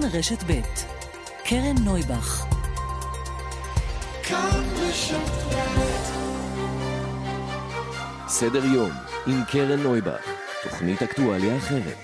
רשת ב' קרן נויבך. כאן רשת ב'. סדר יום עם קרן נויבך, תוכנית אקטואליה אחרת.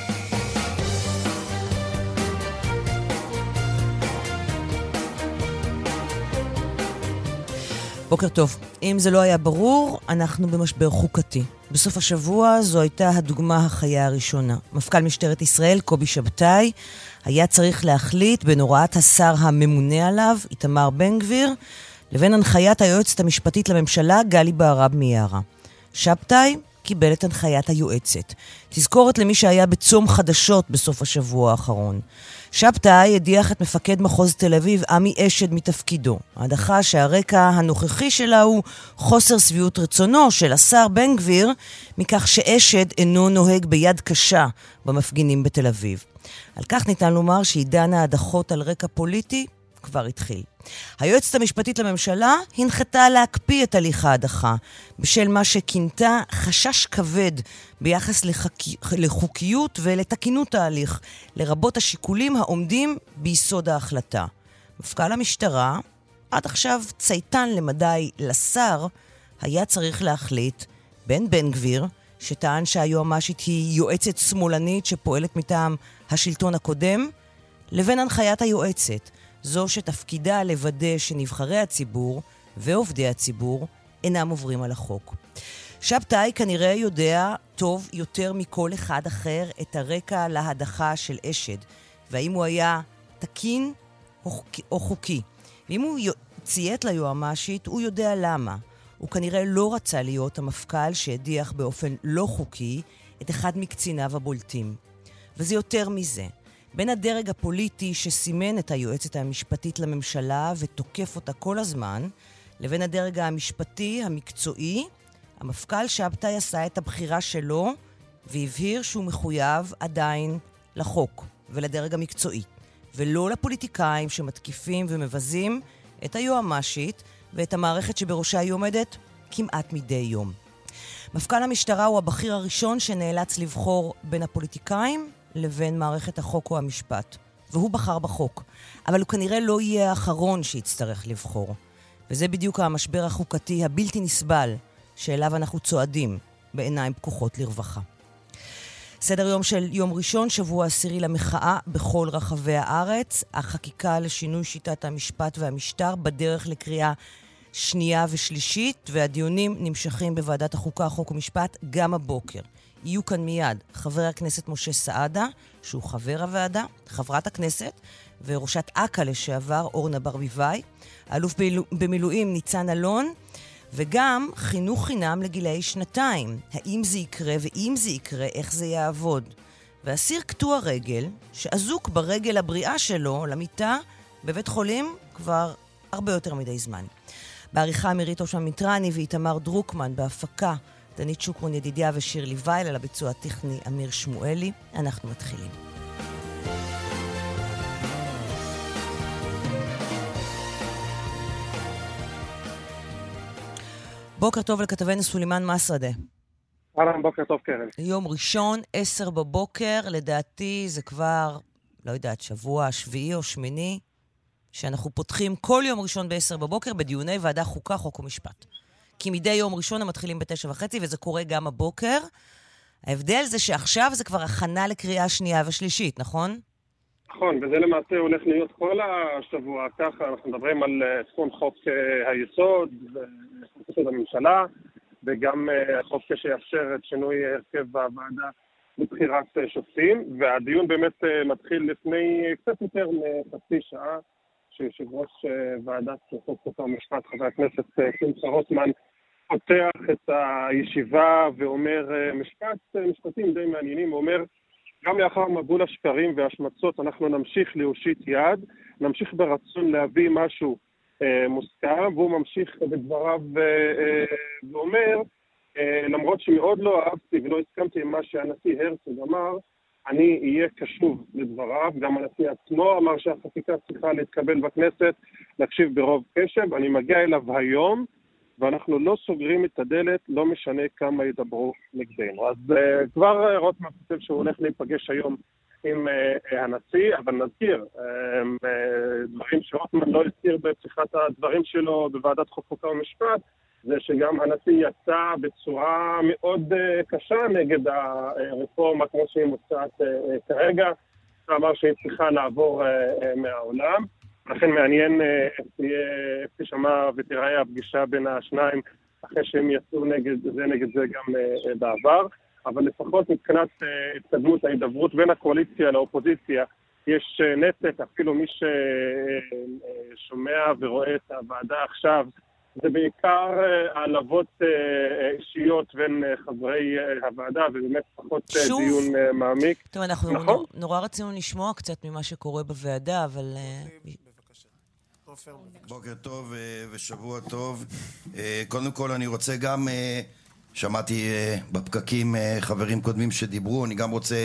בוקר טוב. אם זה לא היה ברור, אנחנו במשבר חוקתי. בסוף השבוע זו הייתה הדוגמה החיה הראשונה. מפכ"ל משטרת ישראל, קובי שבתאי, היה צריך להחליט בין הוראת השר הממונה עליו, איתמר בן גביר, לבין הנחיית היועצת המשפטית לממשלה, גלי בהרב מיארה. שבתאי קיבל את הנחיית היועצת. תזכורת למי שהיה בצום חדשות בסוף השבוע האחרון. שבתאי הדיח את מפקד מחוז תל אביב, עמי אשד, מתפקידו. ההדחה שהרקע הנוכחי שלה הוא חוסר שביעות רצונו של השר בן גביר, מכך שאשד אינו נוהג ביד קשה במפגינים בתל אביב. על כך ניתן לומר שעידן ההדחות על רקע פוליטי כבר התחיל. היועצת המשפטית לממשלה הנחתה להקפיא את הליך ההדחה, בשל מה שכינתה חשש כבד ביחס לחוקיות ולתקינות ההליך, לרבות השיקולים העומדים ביסוד ההחלטה. מפכ"ל המשטרה, עד עכשיו צייתן למדי לשר, היה צריך להחליט בין בן גביר, שטען שהיועמ"שית היא יועצת שמאלנית שפועלת מטעם השלטון הקודם, לבין הנחיית היועצת, זו שתפקידה לוודא שנבחרי הציבור ועובדי הציבור אינם עוברים על החוק. שבתאי כנראה יודע טוב יותר מכל אחד אחר את הרקע להדחה של אשד, והאם הוא היה תקין או חוקי. ואם הוא ציית ליועמ"שית, הוא יודע למה. הוא כנראה לא רצה להיות המפכ"ל שהדיח באופן לא חוקי את אחד מקציניו הבולטים. וזה יותר מזה. בין הדרג הפוליטי שסימן את היועצת המשפטית לממשלה ותוקף אותה כל הזמן, לבין הדרג המשפטי המקצועי, המפכ"ל שבתאי עשה את הבחירה שלו והבהיר שהוא מחויב עדיין לחוק ולדרג המקצועי, ולא לפוליטיקאים שמתקיפים ומבזים את היועמ"שית ואת המערכת שבראשה היא עומדת כמעט מדי יום. מפכ"ל המשטרה הוא הבכיר הראשון שנאלץ לבחור בין הפוליטיקאים לבין מערכת החוק או המשפט. והוא בחר בחוק. אבל הוא כנראה לא יהיה האחרון שיצטרך לבחור. וזה בדיוק המשבר החוקתי הבלתי נסבל שאליו אנחנו צועדים בעיניים פקוחות לרווחה. סדר יום של יום ראשון, שבוע 10 למחאה בכל רחבי הארץ. החקיקה לשינוי שיטת המשפט והמשטר בדרך לקריאה שנייה ושלישית, והדיונים נמשכים בוועדת החוקה, חוק ומשפט גם הבוקר. יהיו כאן מיד חבר הכנסת משה סעדה, שהוא חבר הוועדה, חברת הכנסת וראשת אכ"א לשעבר אורנה ברביבאי, אלוף במילואים ניצן אלון, וגם חינוך חינם לגילאי 2. האם זה יקרה, ואם זה יקרה, איך זה יעבוד. ואסיר קטוע רגל, שאזוק ברגל הבריאה שלו למיטה בבית חולים כבר הרבה יותר מדי זמן. בעריכה מירית אושם מיטרני ואיתמר דרוקמן, בהפקה דנית שוקרון ידידיה ושירלי וייל, על הביצוע הטכני אמיר שמואלי. אנחנו מתחילים. בוקר טוב לכתבנו סולימן מסרדה. אהלן, בוקר טוב קרן. יום ראשון, 10 בבוקר, לדעתי זה כבר, לא יודעת, שבוע שביעי או שמיני, שאנחנו פותחים כל יום ראשון ב-10 בבוקר בדיוני ועדה חוקה, חוק ומשפט. כי מדי יום ראשון הם מתחילים ב9:30, וזה קורה גם הבוקר. ההבדל זה שעכשיו זה כבר הכנה לקריאה שנייה ושלישית, נכון? נכון, וזה למעשה הולך להיות כל השבוע ככה. אנחנו מדברים על תחום חוק היסוד וחוק יסוד הממשלה, וגם חוק שיאפשר את שינוי הרכב בוועדה לבחירת שופטים, והדיון באמת מתחיל לפני קצת יותר מחצי שעה, שיושב ראש ועדת חוק ומשפט, חבר הכנסת שמחה רוטמן, פותח את הישיבה ואומר משפטים די מעניינים. הוא אומר, גם לאחר מבול השקרים והשמצות אנחנו נמשיך להושיט יד, נמשיך ברצון להביא משהו מוסכם, והוא ממשיך בדבריו ואומר, למרות שמאוד לא אהבתי ולא הסכמתי עם מה שהנשיא הרצוג אמר, אני אהיה קשוב לדבריו. גם הנשיא עצמו אמר שהחקיקה צריכה להתקבל בכנסת, להקשיב ברוב קשב. אני מגיע אליו היום, ואנחנו לא סוגרים את הדלת, לא משנה כמה ידברו נגדנו. אז כבר רוטמן חושב שהוא הולך להיפגש היום עם הנשיא, אבל נזכיר, דברים שרוטמן לא הזכיר בפתיחת הדברים שלו בוועדת חוקה ומשפט, זה שגם הנשיא יצא בצורה מאוד קשה נגד הרפורמה כמו שהיא מוצעת כרגע, אמר שהיא צריכה לעבור מהעולם. לכן מעניין איך תשמע ותראה הפגישה בין השניים אחרי שהם יצאו נגד זה גם בעבר, אבל לפחות מבחינת התקדמות ההידברות בין הקואליציה לאופוזיציה יש נתק, אפילו מי ששומע ורואה את הוועדה עכשיו, זה בעיקר העלבות אישיות בין חברי הוועדה, ובאמת פחות דיון מעמיק. טוב, אנחנו נכון? נורא רצינו לשמוע קצת ממה שקורה בוועדה, אבל... בוקר טוב ושבוע טוב. קודם כל אני רוצה גם, שמעתי בפקקים חברים קודמים שדיברו, אני גם רוצה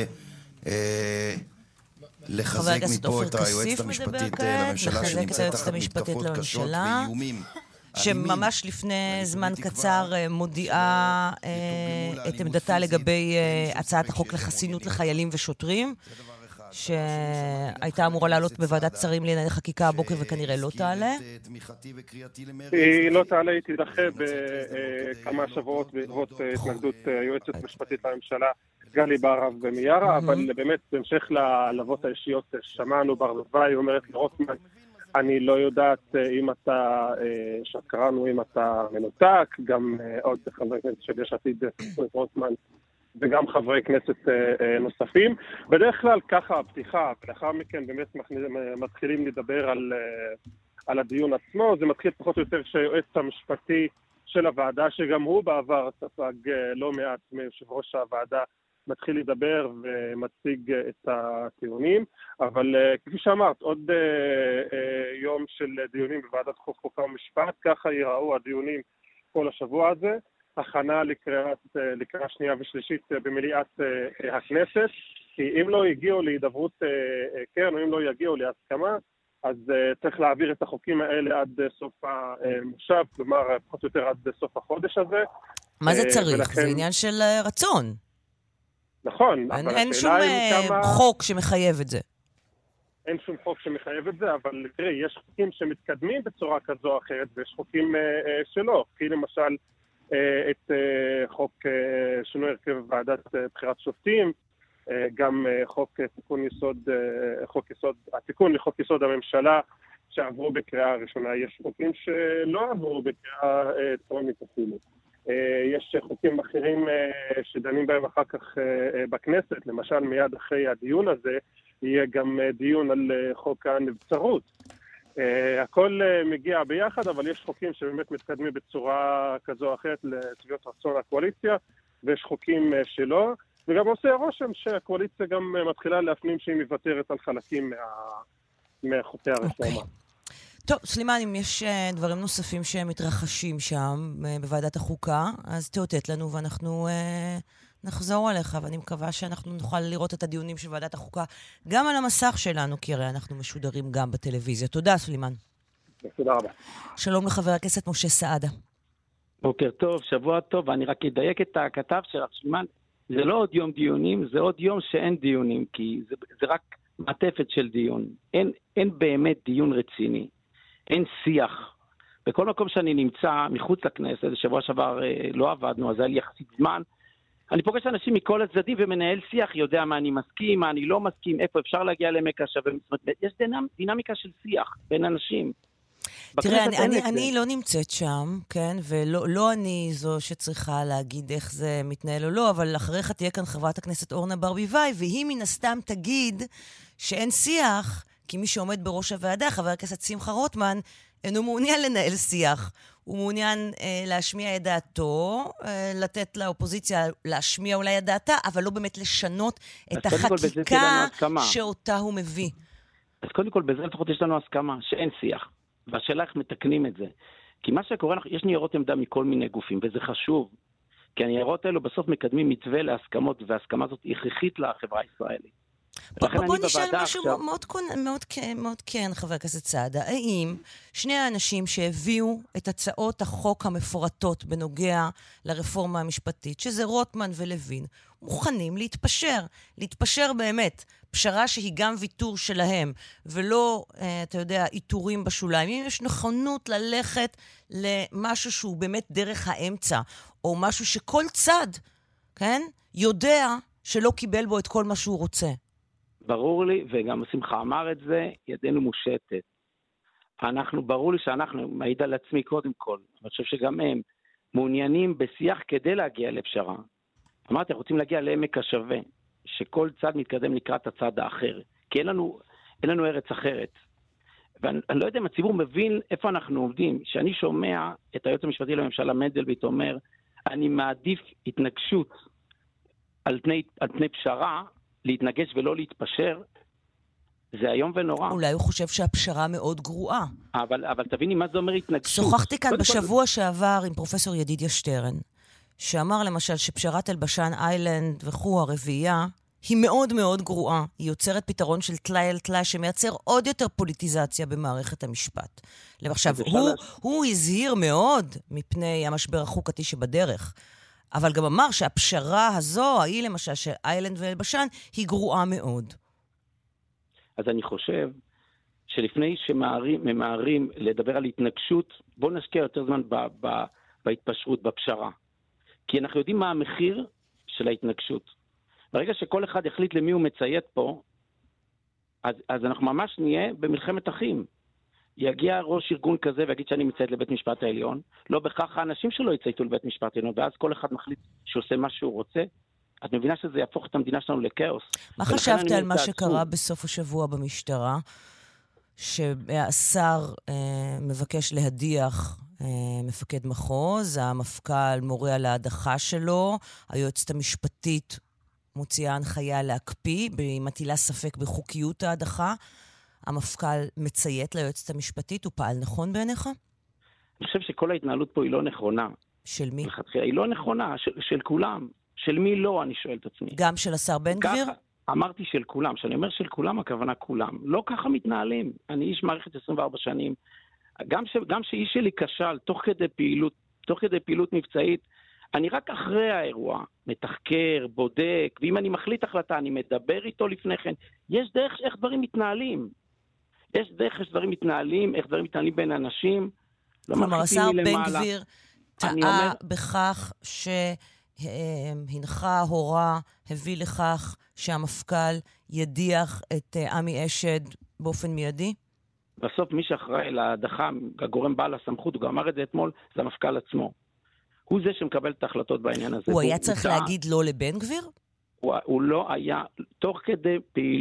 לחזק מפה את היועצת המשפטית לממשלה שנמצאת תחת מתקפות קשות ואיומים. שממש לפני זמן קצר מודיעה את עמדתה לגבי הצעת החוק לחסינות לחיילים ושוטרים, שהייתה אמורה לעלות בוועדת שרים לענייני חקיקה הבוקר וכנראה לא תעלה. היא לא תעלה, היא תידחה בכמה שבועות בעקבות התנגדות יועצת משפטית לממשלה גלי בהרב ומיארה, אבל באמת בהמשך להעלבות האישיות שמענו ברלוואי אומרת לרוטמן, אני לא יודעת אם אתה שקרן או אם אתה מנותק, גם עוד חברי כנסת של יש עתיד רוטמן וגם חברי כנסת נוספים. בדרך כלל ככה הפתיחה, ולאחר מכן באמת מתחילים לדבר על הדיון עצמו. זה מתחיל פחות או יותר שהיועץ המשפטי של הוועדה, שגם הוא בעבר ספג לא מעט מיושב ראש הוועדה, מתחיל לדבר ומציג את הטיעונים, אבל כפי שאמרת, עוד יום של דיונים בוועדת חוקה ומשפט, ככה ייראו הדיונים כל השבוע הזה, הכנה לקריאה שנייה ושלישית במליאת הכנסת, כי אם לא יגיעו להידברות קרן, או אם לא יגיעו להסכמה, אז צריך להעביר את החוקים האלה עד סוף המושב, כלומר פחות או יותר עד סוף החודש הזה. מה זה צריך? זה עניין של רצון. נכון, אין שום חוק שמחייב את זה. אין שום חוק שמחייב את זה, אבל תראי, יש חוקים שמתקדמים בצורה כזו או אחרת, ויש חוקים שלא, כי למשל את חוק שינוי הרכב ועדת בחירת שופטים, גם התיקון לחוק יסוד הממשלה שעברו בקריאה ראשונה, יש חוקים שלא עברו בקריאה טרומית אפילו. יש חוקים אחרים שדנים בהם אחר כך בכנסת, למשל מיד אחרי הדיון הזה יהיה גם דיון על חוק הנבצרות. הכל מגיע ביחד, אבל יש חוקים שבאמת מתקדמים בצורה כזו או אחרת לצביעות רצון הקואליציה, ויש חוקים שלא, וגם עושה רושם שהקואליציה גם מתחילה להפנים שהיא מוותרת על חלקים מחוקי הרפורמה. טוב, סלימן, אם יש דברים נוספים שמתרחשים שם בוועדת החוקה, אז תאותת לנו ואנחנו נחזור עליך, ואני מקווה שאנחנו נוכל לראות את הדיונים של ועדת החוקה גם על המסך שלנו, כי הרי אנחנו משודרים גם בטלוויזיה. תודה, סלימן. תודה רבה. שלום לחבר הכנסת משה סעדה. בוקר טוב, שבוע טוב, ואני רק אדייק את הכתב שלך, סלימן, זה לא עוד יום דיונים, זה עוד יום שאין דיונים, כי זה רק מעטפת של דיון. אין באמת דיון רציני. אין שיח. בכל מקום שאני נמצא מחוץ לכנסת, שבוע שעבר לא עבדנו, אז היה לי יחסית זמן, אני פוגש אנשים מכל הצדדים ומנהל שיח, יודע מה אני מסכים, מה אני לא מסכים, איפה אפשר להגיע לעמק השווה. יש דינמיקה של שיח בין אנשים. תראה, אני לא נמצאת שם, כן? ולא אני זו שצריכה להגיד איך זה מתנהל או לא, אבל אחריך תהיה כאן חברת הכנסת אורנה ברביבאי, והיא מן הסתם תגיד שאין שיח, כי מי שעומד בראש הוועדה, חבר הכנסת שמחה רוטמן, אינו מעוניין לנהל שיח. הוא מעוניין להשמיע את דעתו, לתת לאופוזיציה להשמיע אולי את דעתה, אבל לא באמת לשנות את החקיקה שאותה הוא מביא. אז קודם כל, בזה לפחות יש לנו הסכמה, שאין שיח. והשאלה איך מתקנים את זה. כי מה שקורה, יש ניירות עמדה מכל מיני גופים, וזה חשוב. כי הניירות האלו בסוף מקדמים מתווה להסכמות, וההסכמה הזאת היא הכרחית לחברה הישראלית. בוא נשאל משהו מאוד כן, חבר הכנסת סעדה. האם שני האנשים שהביאו את הצעות החוק המפורטות בנוגע לרפורמה המשפטית, שזה רוטמן ולוין, מוכנים להתפשר באמת, פשרה שהיא גם ויתור שלהם, ולא, אתה יודע, איתורים בשוליים. אם יש נכונות ללכת למשהו שהוא באמת דרך האמצע, או משהו שכל צד, כן, יודע שלא קיבל בו את כל מה שהוא רוצה. ברור לי, וגם שמחה אמר את זה, ידנו מושטת. ברור לי שאנחנו, מעיד על עצמי קודם כל, אני חושב שגם הם מעוניינים בשיח כדי להגיע לפשרה. אמרתי, אנחנו רוצים להגיע לעמק השווה, שכל צד מתקדם לקראת הצד האחר, כי אין לנו ארץ אחרת. ואני לא יודע אם הציבור מבין איפה אנחנו עומדים. שאני שומע את היועץ המשפטי לממשלה מנדלבליט אומר, אני מעדיף התנגשות על פני פשרה, להתנגש ולא להתפשר, זה היום ונורא. אולי הוא חושב שהפשרה מאוד גרועה. אבל תביני מה זה אומר התנגשות. שוחחתי כאן בשבוע שעבר עם פרופסור ידידיה שטרן, שאמר למשל שפשרת אלבשן איילנד וכו' הרביעייה, היא מאוד מאוד גרועה. היא יוצרת פתרון של טלאי על טלאי שמייצר עוד יותר פוליטיזציה במערכת המשפט. עכשיו, הוא הזהיר מאוד מפני המשבר החוקתי שבדרך, אבל גם אמר שהפשרה הזו, היא למשל של איילנד ואלבשן, היא גרועה מאוד. אז אני חושב שלפני שממהרים לדבר על התנגשות, בואו נשקיע יותר זמן בהתפשרות, בפשרה. כי אנחנו יודעים מה המחיר של ההתנגשות. ברגע שכל אחד יחליט למי הוא מציית פה, אז אנחנו ממש נהיה במלחמת אחים. יגיע ראש ארגון כזה ויגיד שאני מציית לבית משפט העליון, לא בכך האנשים שלו יצייתו לבית משפט העליון, ואז כל אחד מחליט שעושה מה שהוא רוצה. את מבינה שזה יהפוך את המדינה שלנו לקאוס. מה חשבת על מה שקרה בסוף השבוע במשטרה, שהשר מבקש להדיח מפקד מחוז, המפכ"ל מורה על ההדחה שלו, היועצת המשפטית מוציאה הנחיה להקפיא, מטילה ספק בחוקיות ההדחה, המפכ"ל מציית ליועצת המשפטית, הוא פעל נכון בעיניך? אני חושב שכל ההתנהלות פה היא לא נכונה. של מי? היא לא נכונה, של כולם. של מי לא, אני שואל את עצמי. גם של השר בן גביר? אמרתי של כולם. כשאני אומר של כולם, הכוונה כולם. לא ככה מתנהלים. אני איש מערכת 24 שנים. גם שאיש שלי כשל, תוך כדי פעילות מבצעית, אני רק אחרי האירוע מתחקר, בודק, ואם אני מחליט החלטה, אני מדבר איתו לפני כן. יש דרך איך דברים מתנהלים. יש דרך איך דברים מתנהלים, איך דברים מתנהלים בין אנשים. כלומר, השר בן גביר טעה בכך שהנחה, הורה, הביא לכך שהמפכ"ל ידיח את עמי אשד באופן מיידי? בסוף מי שאחראי להדחה, הגורם בעל הסמכות, הוא גם אמר את זה אתמול, זה המפכ"ל עצמו. הוא זה שמקבל את ההחלטות בעניין הזה. הוא היה צריך להגיד לא לבן גביר? הוא לא היה, תוך כדי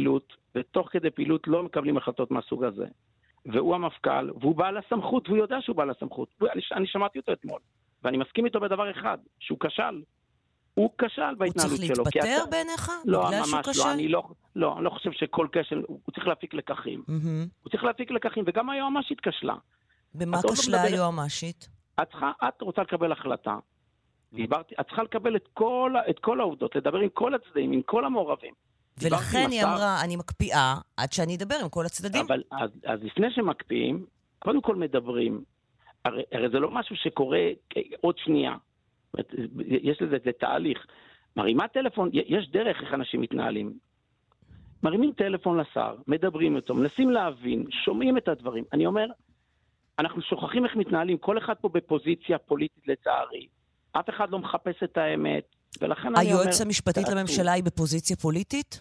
פעילות לא מקבלים החלטות מהסוג הזה. והוא המפכ"ל, והוא בעל הסמכות, והוא יודע שהוא בעל הסמכות. אני שמעתי אותו אתמול, ואני מסכים איתו בדבר אחד, שהוא כשל. הוא כשל בהתנהלות שלו. הוא צריך להתפטר בעיניך? לא, ממש לא. אני לא חושב שכל כשל, הוא צריך להפיק לקחים. הוא צריך להפיק לקחים, וגם היועמ"שית כשלה. במה כשלה היועמ"שית? את רוצה לקבל החלטה. את צריכה לקבל את כל העובדות, לדבר עם כל הצדדים, עם כל המעורבים. ולכן היא אמרה, אני מקפיאה עד שאני אדבר עם כל הצדדים. אבל אז לפני שמקפיאים, קודם כל מדברים. הרי זה לא משהו שקורה עוד שנייה. יש לזה תהליך. מרימה טלפון, יש דרך איך אנשים מתנהלים. מרימים טלפון לשר, מדברים איתו, מנסים להבין, שומעים את הדברים. אני אומר, אנחנו שוכחים איך מתנהלים, כל אחד פה בפוזיציה פוליטית לצערי. אף אחד לא מחפש את האמת, ולכן אני אומר... היועץ המשפטית לממשלה היא בפוזיציה פוליטית?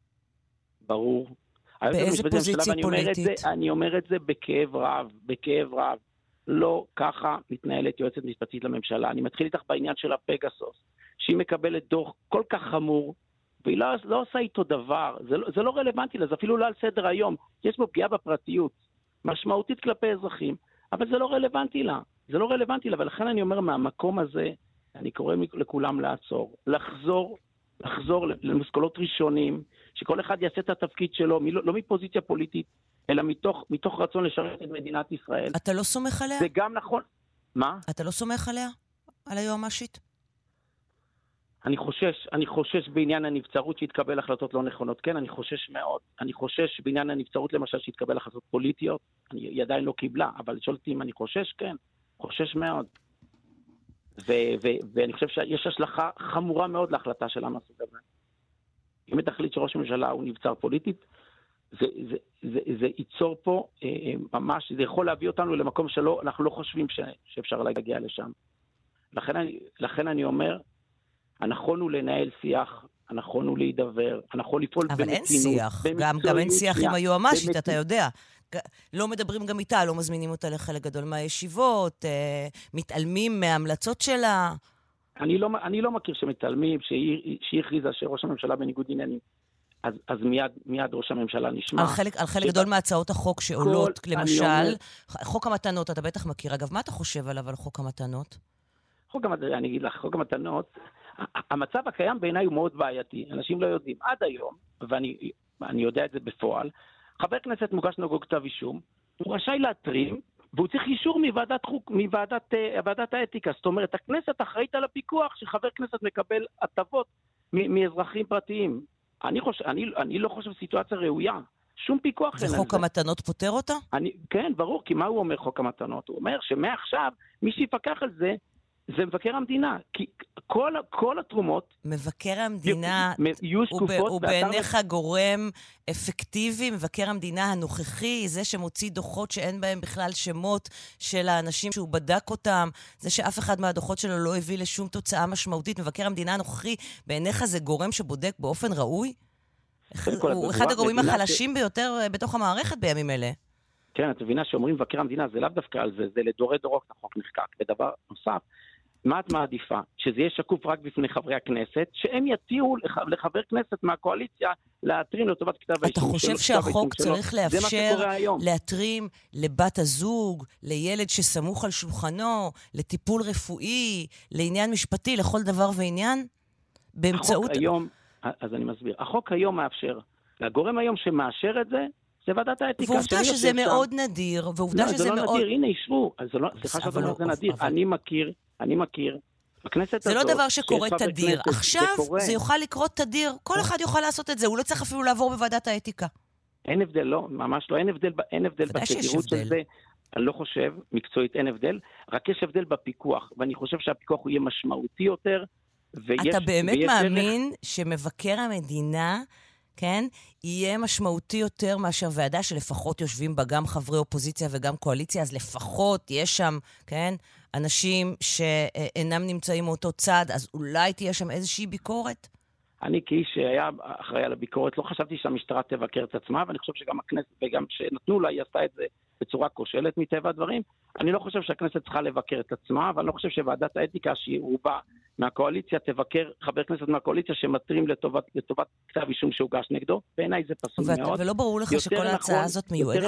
ברור. באיזה פוזיציה פוליטית? אני אומר את זה בכאב רב. לא ככה מתנהלת יועצת משפטית לממשלה. אני מתחיל איתך בעניין של הפגסוס, שהיא מקבלת דוח כל כך חמור, והיא לא עושה איתו דבר. זה לא רלוונטי לה, זה אפילו לא על סדר היום. יש בו פגיעה בפרטיות, משמעותית כלפי אזרחים, אבל זה לא רלוונטי לה. ולכן אני אומר, מהמקום הזה, אני קורא לכולם לעצור, לחזור למושכלות ראשונים, שכל אחד יעשה את התפקיד שלו, לא מפוזיציה פוליטית, אלא מתוך רצון לשרת את מדינת ישראל. אתה לא סומך עליה? זה גם נכון. מה? אתה לא סומך עליה? על היועמ"שית? אני חושש בעניין הנבצרות שהתקבל החלטות לא נכונות. כן, אני חושש מאוד. אני חושש בעניין הנבצרות למשל שהתקבל החלטות פוליטיות. היא עדיין לא קיבלה, אבל שואלתי אם אני חושש, כן. חושש מאוד. ואני חושב שיש השלכה חמורה מאוד להחלטה של המסוג הזה. אם תחליט שראש הממשלה הוא נבצר פוליטית, זה ייצור פה ממש, זה יכול להביא אותנו למקום שלא, אנחנו לא חושבים שאפשר להגיע לשם. לכן אני אומר, הנכון הוא לנהל שיח, הנכון הוא להידבר, הנכון לפעול במתינות. אבל אין שיח, גם אין שיח עם היועמ"שית, אתה יודע. לא מדברים גם איתה, לא מזמינים אותה לחלק גדול מהישיבות, מתעלמים מההמלצות שלה. אני לא מכיר שמתעלמים, שהיא הכריזה שראש הממשלה בניגוד עניינים. אז מיד ראש הממשלה נשמע. על חלק גדול מהצעות החוק שעולות, למשל, חוק המתנות, אתה בטח מכיר. אגב, מה אתה חושב עליו על חוק המתנות? אני אגיד לך, חוק המתנות, המצב הקיים בעיניי הוא מאוד בעייתי. אנשים לא יודעים. עד היום, ואני יודע את זה בפועל, חבר כנסת מוגש נגדו כתב אישום, הוא רשאי להתרים, והוא צריך אישור מוועדת האתיקה. זאת אומרת, הכנסת אחראית על הפיקוח שחבר כנסת מקבל הטבות מאזרחים פרטיים. אני לא חושב סיטואציה ראויה. שום פיקוח אין על זה. וחוק המתנות פותר אותה? כן, ברור, כי מה הוא אומר חוק המתנות? הוא אומר שמעכשיו מי שיפקח על זה, זה מבקר המדינה, כי כל התרומות... מבקר המדינה הוא בעיניך גורם אפקטיבי, מבקר המדינה הנוכחי, זה שמוציא דוחות שאין בהם בכלל שמות של האנשים שהוא בדק אותם, זה שאף אחד מהדוחות שלו לא הביא לשום תוצאה משמעותית, מבקר המדינה הנוכחי, בעיניך זה גורם שבודק באופן ראוי? הוא אחד הגורמים החלשים ביותר בתוך המערכת בימים אלה. כן, את מבינה שאומרים מבקר המדינה, זה לאו דווקא על זה, זה לדורי דורות החוק נחקק. ודבר נוסף, מה את מעדיפה? שזה יהיה שקוף רק בפני חברי הכנסת, שהם יתירו לחבר כנסת מהקואליציה להתרים לטובת כתב האישום. אתה חושב שהחוק צריך לאפשר להתרים לבת הזוג, לילד שסמוך על שולחנו, לטיפול רפואי, לעניין משפטי, לכל דבר ועניין? באמצעות... החוק היום, אז אני מסביר, החוק היום מאפשר, והגורם היום שמאשר את זה, זה ועדת האתיקה. ועובדה שזה מאוד נדיר, ועובדה שזה מאוד... לא, זה לא נדיר, הנה אישרו. סליחה שאתה אומר, זה נדיר. אני מכיר. זה לא דבר שקורה תדיר. עכשיו זה יוכל לקרות תדיר. כל אחד יוכל לעשות את זה, הוא לא צריך אפילו לעבור בוועדת האתיקה. אין הבדל, לא, ממש לא. אין הבדל בתדירות של זה. אני לא חושב, מקצועית אין הבדל, רק יש הבדל בפיקוח, ואני חושב שהפיקוח הוא יהיה משמעותי יותר. אתה באמת מאמין שמבקר המדינה... כן, יהיה משמעותי יותר מאשר ועדה שלפחות יושבים בה גם חברי אופוזיציה וגם קואליציה, אז לפחות יש שם, כן, אנשים שאינם נמצאים מאותו צד, אז אולי תהיה שם איזושהי ביקורת? אני כאיש שהיה אחראי על הביקורת, לא חשבתי שהמשטרה תבקר את עצמה, ואני חושב שגם הכנסת, וגם שנתנו לה, היא עשתה את זה בצורה כושלת מטבע הדברים. אני לא חושב שהכנסת צריכה לבקר את עצמה, אבל אני לא חושב שוועדת האתיקה שהיא רובה מהקואליציה תבקר חבר כנסת מהקואליציה שמטרים לטובת כתב אישום שהוגש נגדו. בעיניי זה פסול מאוד. ולא ברור לך שכל ההצעה הזאת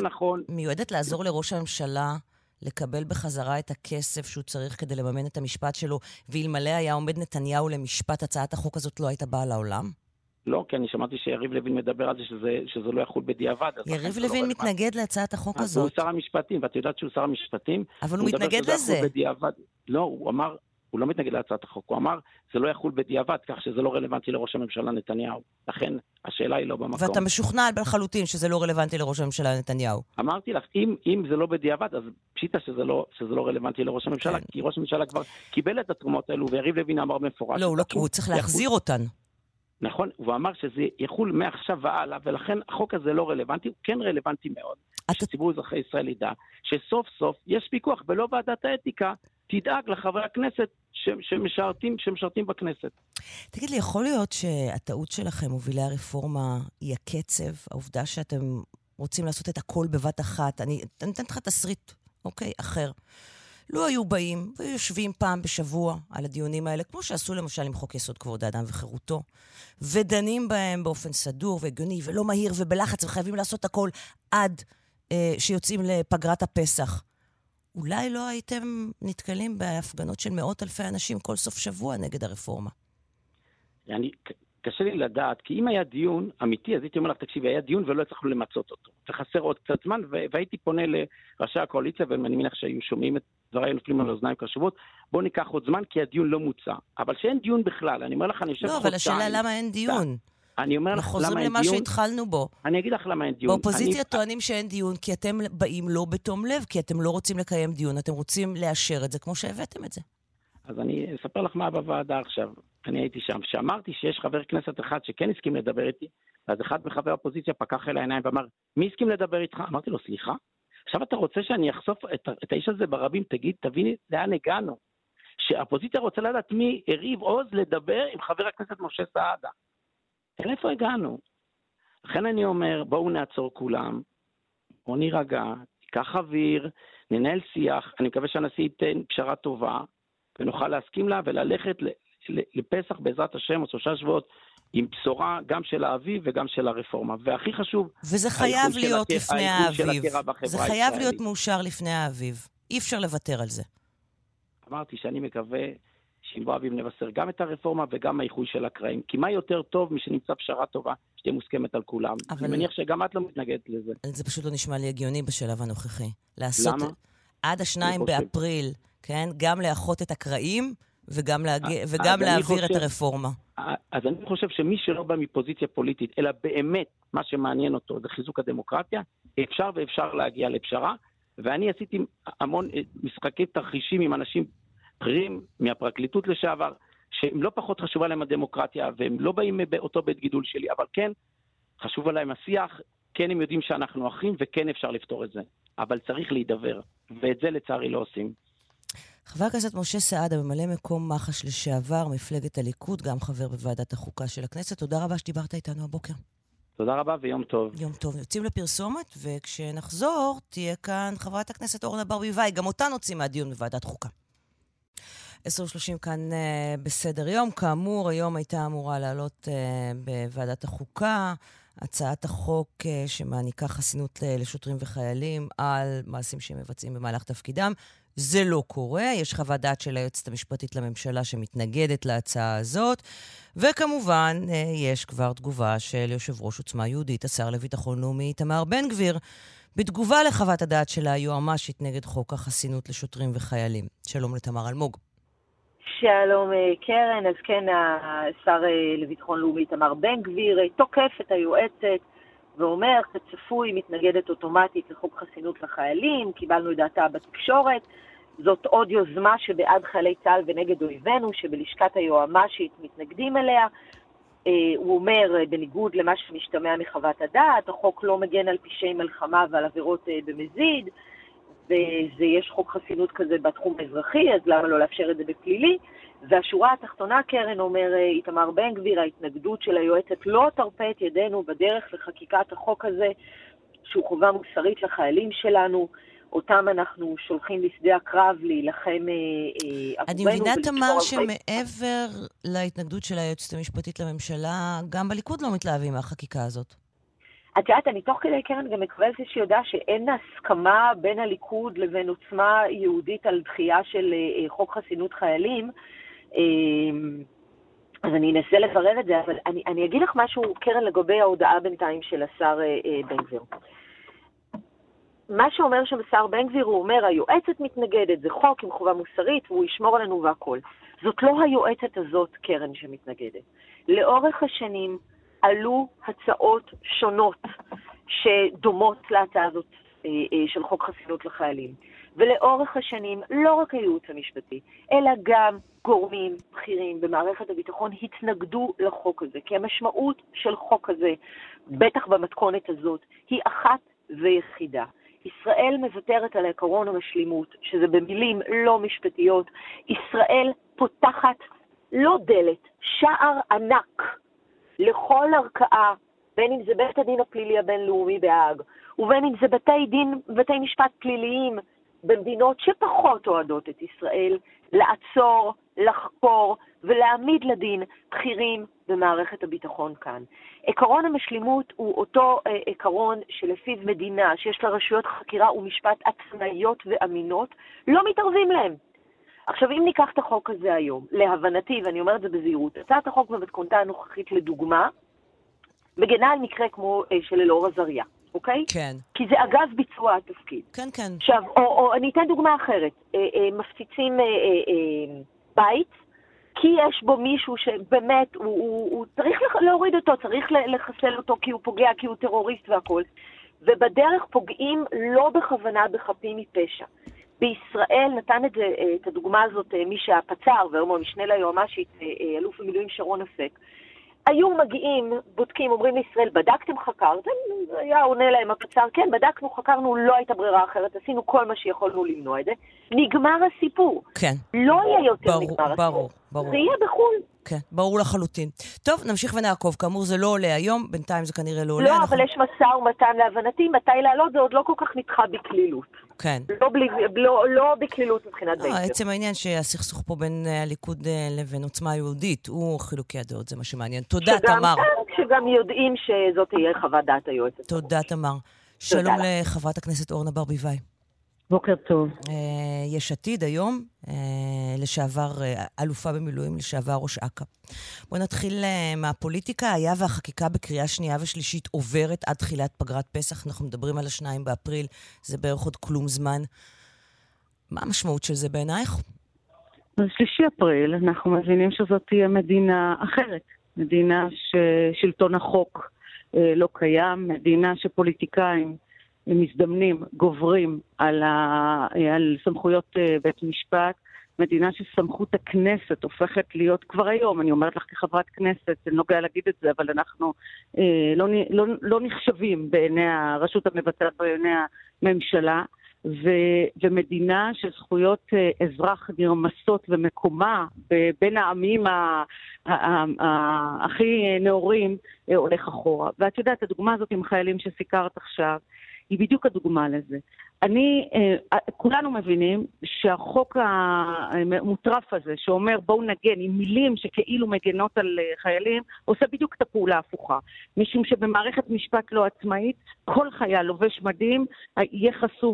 מיועדת לעזור לראש הממשלה לקבל בחזרה את הכסף שהוא צריך כדי לממן את המשפט שלו, ואלמלא היה עומד נתניהו למשפט, הצעת החוק הזאת לא הייתה באה לעולם? לא, כי אני שמעתי שיריב לוין מדבר על זה שזה לא יחול בדיעבד. יריב לוין מתנגד להצעת החוק הזאת. הוא שר המשפטים, ואת יודעת שהוא שר המשפטים. אבל הוא מתנגד לזה. לא, הוא אמר, הוא לא מתנגד להצעת החוק, הוא אמר, זה לא יחול בדיעבד, כך שזה לא רלוונטי לראש הממשלה נתניהו. לכן, השאלה היא לא במקום. ואתה משוכנע לחלוטין שזה לא רלוונטי לראש הממשלה נתניהו. אמרתי לך, אם זה לא בדיעבד, אז פשיטה שזה לא רלוונטי לראש הממשלה, כי ראש הממשלה כבר קיבל את התרומות האלו, ויריב לוין אמר במפורש. לא, הוא צריך להחזיר אותן. נכון, הוא אמר שזה יחול מעכשיו והלאה, ולכן החוק הזה לא רלוונטי, הוא כן רלוונטי מאוד. שציבור אזרחי ישראל ידע, שסוף סוף יש פיקוח, ולא ועדת האתיקה תדאג לחברי הכנסת שמשרתים בכנסת. תגיד לי, יכול להיות שהטעות שלכם, מובילי הרפורמה, היא הקצב, העובדה שאתם רוצים לעשות את הכל בבת אחת, אני אתן לך תסריט, אוקיי, אחר. לא היו באים ויושבים פעם בשבוע על הדיונים האלה, כמו שעשו למשל עם חוק יסוד כבוד האדם וחירותו, ודנים בהם באופן סדור והגיוני ולא מהיר ובלחץ, וחייבים לעשות הכל עד שיוצאים לפגרת הפסח. אולי לא הייתם נתקלים בהפגנות של מאות אלפי אנשים כל סוף שבוע נגד הרפורמה. קשה לי לדעת, כי אם היה דיון אמיתי, אז הייתי אומר לך, תקשיבי, היה דיון ולא הצלחנו למצות אותו. וחסר עוד קצת זמן, והייתי פונה לראשי הקואליציה, ואני מניח שהיו שומעים את דבריי נופלים על אוזניים קשובות, בואו ניקח עוד זמן, כי הדיון לא מוצא. אבל שאין דיון בכלל, אני אומר לך, אני יושב חודשיים. לא, אבל השאלה למה אין דיון? אני אומר לך, למה אין דיון? חוזרים למה שהתחלנו בו. אני אגיד לך למה אין דיון. באופוזיציה טוענים שאין דיון, כי אתם באים לא בתום לב, כי אתם לא רוצים לקיים דיון, אתם רוצים לאשר את זה כמו שהבאתם את זה. אז אני אספר לך מה בוועדה עכשיו. אני הייתי שם, שאמרתי שיש חבר כנסת אחד שכן הסכים לדבר איתי, אז אחד מחבר האופוזיציה פקח אל העיניים ואמר, מי הסכים לדבר איתך? אמרתי לו, סליחה? עכשיו אתה רוצה שאני אחשוף את האיש הזה ברבים, תביני לאן הגענו. שהאופוזיציה רוצה לדעת מי הריב עוז לדבר עם חבר הכנסת משה סעדה. איפה הגענו? לכן אני אומר, בואו נעצור כולם, בואו נירגע, ניקח אוויר, ננהל שיח, אני מקווה שהנשיא ייתן פשרה טובה, ונוכל להסכים לה וללכת לפסח בעזרת השם, או 3 שבועות, עם בשורה גם של האביב וגם של הרפורמה. והכי חשוב... וזה חייב להיות לפני האביב. זה חייב להיות מאושר לפני האביב. אי אפשר לוותר על זה. אמרתי שאני מקווה שעם האביב נבשר גם את הרפורמה וגם האיחוי של הקרעים. כי מה יותר טוב משנמצא פשרה טובה שתהיה מוסכמת על כולם? אני מניח שגם את לא מתנגדת לזה. זה פשוט לא נשמע לי הגיוני בשלב הנוכחי. לעשות למה? עד 2 באפריל, כן? גם לאחות את הקרעים וגם להעביר את הרפורמה. אז אני חושב שמי שלא בא מפוזיציה פוליטית, אלא באמת מה שמעניין אותו זה חיזוק הדמוקרטיה, אפשר להגיע לפשרה, ואני עשיתי המון משחקי תרחישים עם אנשים בכירים מהפרקליטות לשעבר, שהם לא פחות חשובה להם הדמוקרטיה, והם לא באים באותו בית גידול שלי, אבל כן חשוב עליהם השיח, כן הם יודעים שאנחנו אחים, וכן אפשר לפתור את זה. אבל צריך להידבר, ואת זה לצערי לא עושים. חבר הכנסת משה סעדה, ממלא מקום מח"ש לשעבר, מפלגת הליכוד, גם חבר בוועדת החוקה של הכנסת. תודה רבה שדיברת איתנו הבוקר. תודה רבה ויום טוב. יום טוב. יוצאים לפרסומת, וכשנחזור תהיה כאן חברת הכנסת אורנה ברביבאי, גם אותה נוציא מהדיון בוועדת חוקה. 10:30 כאן בסדר יום. כאמור, היום הייתה אמורה לעלות בוועדת החוקה הצעת החוק שמעניקה חסינות לשוטרים וחיילים על מעשים שהם מבצעים במהלך תפקידם. זה לא קורה, יש חוות דעת של היועצת המשפטית לממשלה שמתנגדת להצעה הזאת, וכמובן יש כבר תגובה של יושב ראש עוצמה יהודית, השר לביטחון לאומי איתמר בן גביר, בתגובה לחוות הדעת של היועמ"שית נגד חוק החסינות לשוטרים וחיילים. שלום לתמר אלמוג. שלום קרן, אז כן, השר לביטחון לאומי איתמר בן גביר תוקף את היועצת ואומר, כצפוי, מתנגדת אוטומטית לחוק חסינות לחיילים, קיבלנו את דעתה בתקשורת, זאת עוד יוזמה שבעד חיילי צה"ל ונגד אויבינו, שבלשכת היועמ"שית מתנגדים אליה. הוא אומר, בניגוד למה שמשתמע מחוות הדעת, החוק לא מגן על פשעי מלחמה ועל עבירות במזיד, ויש חוק חסינות כזה בתחום האזרחי, אז למה לא לאפשר את זה בפלילי? והשורה התחתונה, קרן, אומר איתמר בן גביר, ההתנגדות של היועצת לא תרפה את ידינו בדרך לחקיקת החוק הזה, שהוא חובה מוסרית לחיילים שלנו, אותם אנחנו שולחים לשדה הקרב להילחם עבורנו. אני מבינה, תמר, שמעבר להתנגדות של היועצת המשפטית לממשלה, גם בליכוד לא מתלהבים מהחקיקה הזאת. את יודעת, אני תוך כדי קרן גם מקבלת שיודע שאין הסכמה בין הליכוד לבין עוצמה יהודית על דחייה של חוק חסינות חיילים, אז אני אנסה לברר את זה, אבל אני אגיד לך משהו, קרן, לגבי ההודעה בינתיים של השר בן גביר. מה שאומר שם השר בן גביר, הוא אומר, היועצת מתנגדת, זה חוק עם חובה מוסרית, והוא ישמור עלינו והכל. זאת לא היועצת הזאת, קרן, שמתנגדת. לאורך השנים עלו הצעות שונות שדומות להצעה הזאת של חוק חסינות לחיילים. ולאורך השנים, לא רק הייעוץ המשפטי, אלא גם גורמים בכירים במערכת הביטחון התנגדו לחוק הזה, כי המשמעות של חוק הזה, בטח במתכונת הזאת, היא אחת ויחידה. ישראל מוותרת על העקרון המשלימות, שזה במילים לא משפטיות. ישראל פותחת לא דלת, שער ענק לכל ערכאה, בין אם זה בית הדין הפלילי הבינלאומי בהאג, ובין אם זה בתי משפט פליליים במדינות שפחות אוהדות את ישראל, לעצור, לחקור ולהעמיד לדין בכירים במערכת הביטחון כאן. עקרון המשלימות הוא אותו עקרון שלפיו מדינה שיש לה רשויות חקירה ומשפט עצמאיות ואמינות, לא מתערבים להם. עכשיו, אם ניקח את החוק הזה היום, להבנתי, ואני אומרת את זה בזהירות, הצעת החוק במתכונתה הנוכחית לדוגמה, מגנה על מקרה כמו של אלאור עזריה, אוקיי? כן. כי זה אגב ביצוע התפקיד. כן, כן. עכשיו, או אני אתן דוגמה אחרת. מפציצים בית, כי יש בו מישהו שבאמת, הוא צריך להוריד אותו, צריך לחסל אותו כי הוא פוגע, כי הוא טרוריסט והכל. ובדרך פוגעים לא בכוונה בחפים מפשע. בישראל נתן את הדוגמה הזאת מי שהפצ"ר, והיום המשנה ליועמ"שית, אלוף במילואים שרון אפק, היו מגיעים, בודקים, אומרים לישראל, בדקתם, חקרתם? היה עונה להם הפצ"ר, כן, בדקנו, חקרנו, לא הייתה ברירה אחרת, עשינו כל מה שיכולנו למנוע את זה. נגמר הסיפור. כן. לא יהיה יותר נגמר הסיפור. ברור. זה יהיה בחול. כן, ברור לחלוטין. טוב, נמשיך ונעקוב. כאמור, זה לא עולה היום, בינתיים זה כנראה לא עולה. לא, אבל יש משא ומתן להבנתי, מתי לעלות, זה עוד לא כל כך נדחה בכלילות. כן. לא בכלילות מבחינת בן גביר. עצם העניין שהסכסוך פה בין הליכוד לבין עוצמה יהודית, הוא חילוקי הדעות, זה מה שמעניין. תודה, תמר. שגם יודעים שזאת תהיה חוות דעת היועצת. תודה, תמר. שלום לחברת הכנסת אורנה ברביבאי. בוקר טוב. יש עתיד היום, לשעבר אלופה במילואים, לשעבר ראש אכ"א. בואו נתחיל מהפוליטיקה. היה והחקיקה בקריאה שנייה ושלישית עוברת עד תחילת פגרת פסח. אנחנו מדברים על 2 באפריל, זה בערך עוד כלום זמן. מה המשמעות של זה בעינייך? ב3 אפריל אנחנו מבינים שזאת תהיה מדינה אחרת. מדינה ששלטון החוק לא קיים, מדינה שפוליטיקאים מזדמנים, גוברים על סמכויות בית משפט, מדינה שסמכות הכנסת הופכת להיות כבר היום, אני אומרת לך כחברת כנסת, אני לא גאה להגיד את זה, אבל אנחנו לא נחשבים בעיני הרשות המבצעת, בעיני הממשלה, ומדינה שזכויות אזרח נרמסות ומקומה בין העמים הכי נאורים הולך אחורה. ואת יודעת, הדוגמה הזאת עם חיילים שסיקרת עכשיו, היא בדיוק הדוגמה לזה. כולנו מבינים שהחוק המוטרף הזה, שאומר בואו נגן עם מילים שכאילו מגנות על חיילים, עושה בדיוק את הפעולה ההפוכה. משום שבמערכת משפט לא עצמאית, כל חייל לובש מדים יהיה חשוף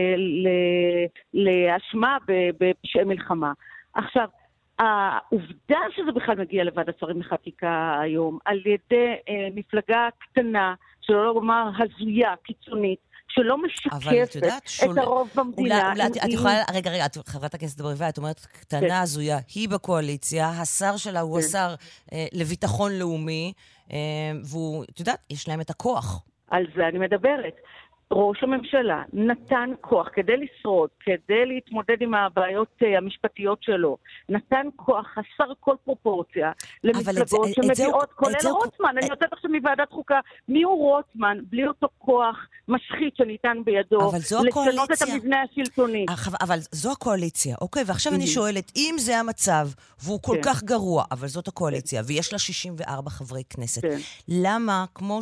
להאשמה בפשעי מלחמה. עכשיו, העובדה שזה בכלל מגיע לוועדת שרים לחקיקה היום, על ידי מפלגה קטנה, שלא לומר הזויה, קיצונית, שלא משקפת את הרוב במדינה. את יכולה, רגע, חברת הכנסת ברביבאי, את אומרת קטנה הזויה, היא בקואליציה, השר שלה הוא השר לביטחון לאומי, והוא, את יודעת, יש להם את הכוח. על זה אני מדברת. ראש הממשלה נתן כוח כדי לשרוד, כדי להתמודד עם הבעיות המשפטיות שלו. נתן כוח חסר כל פרופורציה למפלגות שמביאות, כולל רוטמן. אני יוצאת עכשיו מוועדת חוקה. מי הוא רוטמן בלי אותו כוח משחית שניתן בידו לשנות את המבנה השלטוני? אבל זו הקואליציה, אוקיי? ועכשיו אני שואלת, אם זה המצב, והוא כל כך גרוע, אבל זאת הקואליציה, ויש לה 64 חברי כנסת, למה, כמו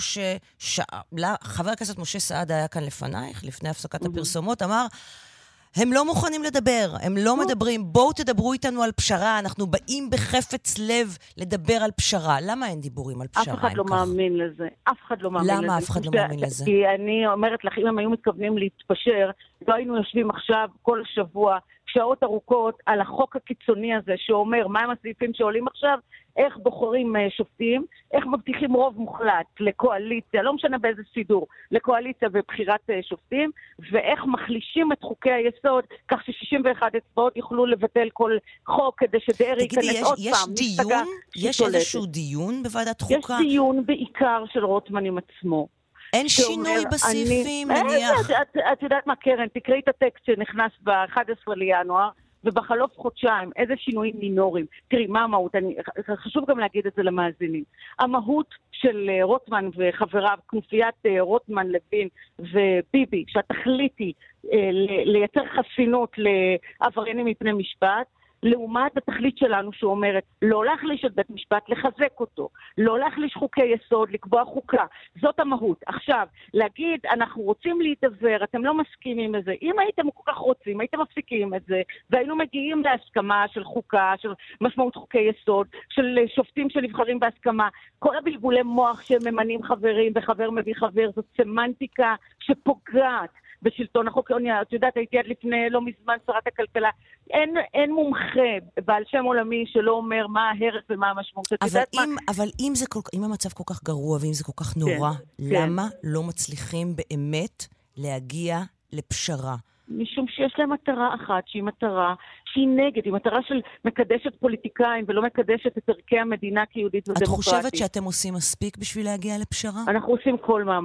חבר הכנסת משה סעדה היה כאן לפנייך, לפני הפסקת הפרסומות, אמר, הם לא מוכנים לדבר, הם לא מדברים, בואו תדברו איתנו על פשרה, אנחנו באים בחפץ לב לדבר על פשרה. למה אין דיבורים על פשרה? אף אחד לא מאמין לזה. אף אחד לא מאמין לזה. למה אף אחד לא מאמין לזה? כי אני אומרת לך, אם הם היו מתכוונים להתפשר, לא היינו יושבים עכשיו כל שבוע, שעות ארוכות, על החוק הקיצוני הזה, שאומר מהם הסעיפים שעולים עכשיו, איך בוחרים שופטים, איך מבטיחים רוב מוחלט לקואליציה, לא משנה באיזה סידור, לקואליציה ובחירת שופטים, ואיך מחלישים את חוקי היסוד, כך ש61 אצבעות יוכלו לבטל כל חוק, כדי שדרעי ייכנס עוד פעם. יש איזשהו דיון בוועדת חוקה? יש דיון בעיקר של רוטמן עם עצמו. אין שינוי בסעיפים, נניח. את יודעת מה, קרן, תקראי את הטקסט שנכנס ב-11 לינואר, ובחלוף חודשיים, איזה שינויים מינוריים. תראי, מה המהות? חשוב גם להגיד את זה למאזינים. המהות של רוטמן וחבריו, כנופיית רוטמן, לוין וביבי, שהתכלית היא לייצר חסינות לעבריינים מפני משפט, לעומת התכלית שלנו שאומרת לא להחליש את בית משפט, לחזק אותו, לא להחליש חוקי יסוד, לקבוע חוקה. זאת המהות. עכשיו, להגיד, אנחנו רוצים להידבר, אתם לא מסכימים לזה. אם הייתם כל כך רוצים, הייתם מפסיקים את זה, והיינו מגיעים להסכמה של חוקה, של משמעות חוקי יסוד, של שופטים שנבחרים בהסכמה. כל הבלבולי מוח שממנים חברים וחבר מביא חבר, זאת סמנטיקה שפוגעת בשלטון החוק. את יודעת, הייתי עד לפני לא מזמן שרת הכלכלה. אין מומחה בעל שם עולמי שלא אומר מה ההרס ומה המשמעות. אבל אם המצב כל כך גרוע ואם זה כל כך נורא, למה לא מצליחים באמת להגיע לפשרה? משום שיש להם מטרה אחת, שהיא מטרה שהיא נגד, היא מטרה של מקדשת פוליטיקאים ולא מקדשת את ערכי המדינה כיהודית ודמוקרטית. את חושבת שאתם עושים מספיק בשביל להגיע לפשרה? אנחנו עושים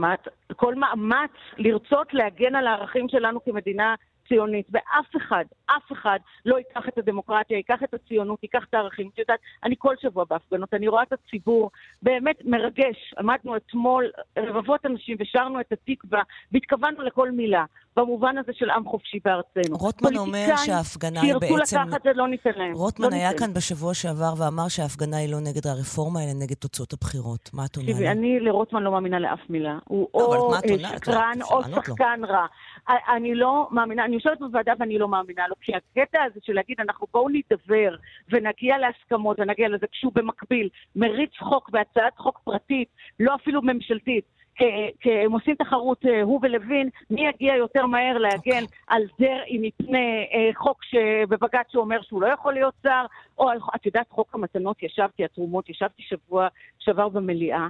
כל מאמץ לרצות להגן על הערכים שלנו כמדינה ציונית, ואף אחד לא ייקח את הדמוקרטיה, ייקח את הציונות, ייקח את הערכים. את יודעת, אני כל שבוע בהפגנות, אני רואה את הציבור באמת מרגש. עמדנו אתמול רבבות אנשים ושרנו את התקווה, והתכוונו לכל מילה, במובן הזה של עם חופשי בארצנו. רוטמן אומר שההפגנה היא בעצם... שירצו לקחת זה, לא ניתן להם. רוטמן היה כאן בשבוע שעבר ואמר שההפגנה היא לא נגד הרפורמה, אלא נגד תוצאות הבחירות. מה את עונה לו? אני לרוטמן לא מאמינה לאף מילה. הוא או שקרן או שחקן רע. אני לא מאמינה, אני יושבת בוועדה ואני לא מאמינה לו, כי הקטע הזה של להגיד, אנחנו בואו נדבר ונגיע להסכמות ונגיע לזה, כשהוא במקביל מריץ חוק בהצעת חוק פרטית, לא אפילו ממשלתית, כי הם עושים תחרות, הוא ולוין, מי יגיע יותר מהר להגן על דרעי מפני חוק שבבג"ץ שאומר שהוא לא יכול להיות שר, או את יודעת, חוק המתנות, התרומות, ישבתי שבוע שעבר במליאה,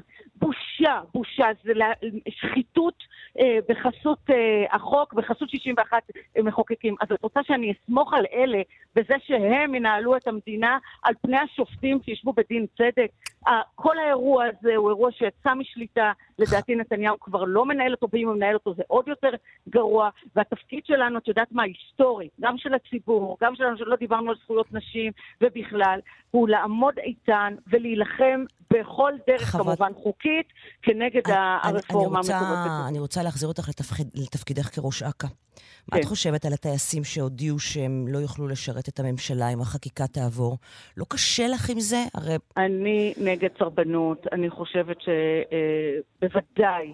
בושה, זה שחיתות בחסות החוק, בחסות 61 מחוקקים. אז את רוצה שאני אסמוך על אלה, בזה שהם ינהלו את המדינה על פני השופטים שישבו בדין צדק? כל האירוע הזה הוא אירוע שיצא משליטה, לדעתי נתניהו כבר לא מנהל אותו, ואם הוא מנהל אותו זה עוד יותר גרוע, והתפקיד שלנו, את יודעת מה, היסטורי, גם של הציבור, גם שלנו שלא דיברנו על זכויות נשים ובכלל, הוא לעמוד איתן ולהילחם בכל דרך כמובן חוקית, כנגד הרפורמה המטורפת. אני רוצה להחזיר אותך לתפקידך כראש אכ"א. מה את חושבת על הטייסים שהודיעו שהם לא יוכלו לשרת את הממשלה אם החקיקה תעבור? לא קשה לך עם זה? אני נגד סרבנות. אני חושבת שבוודאי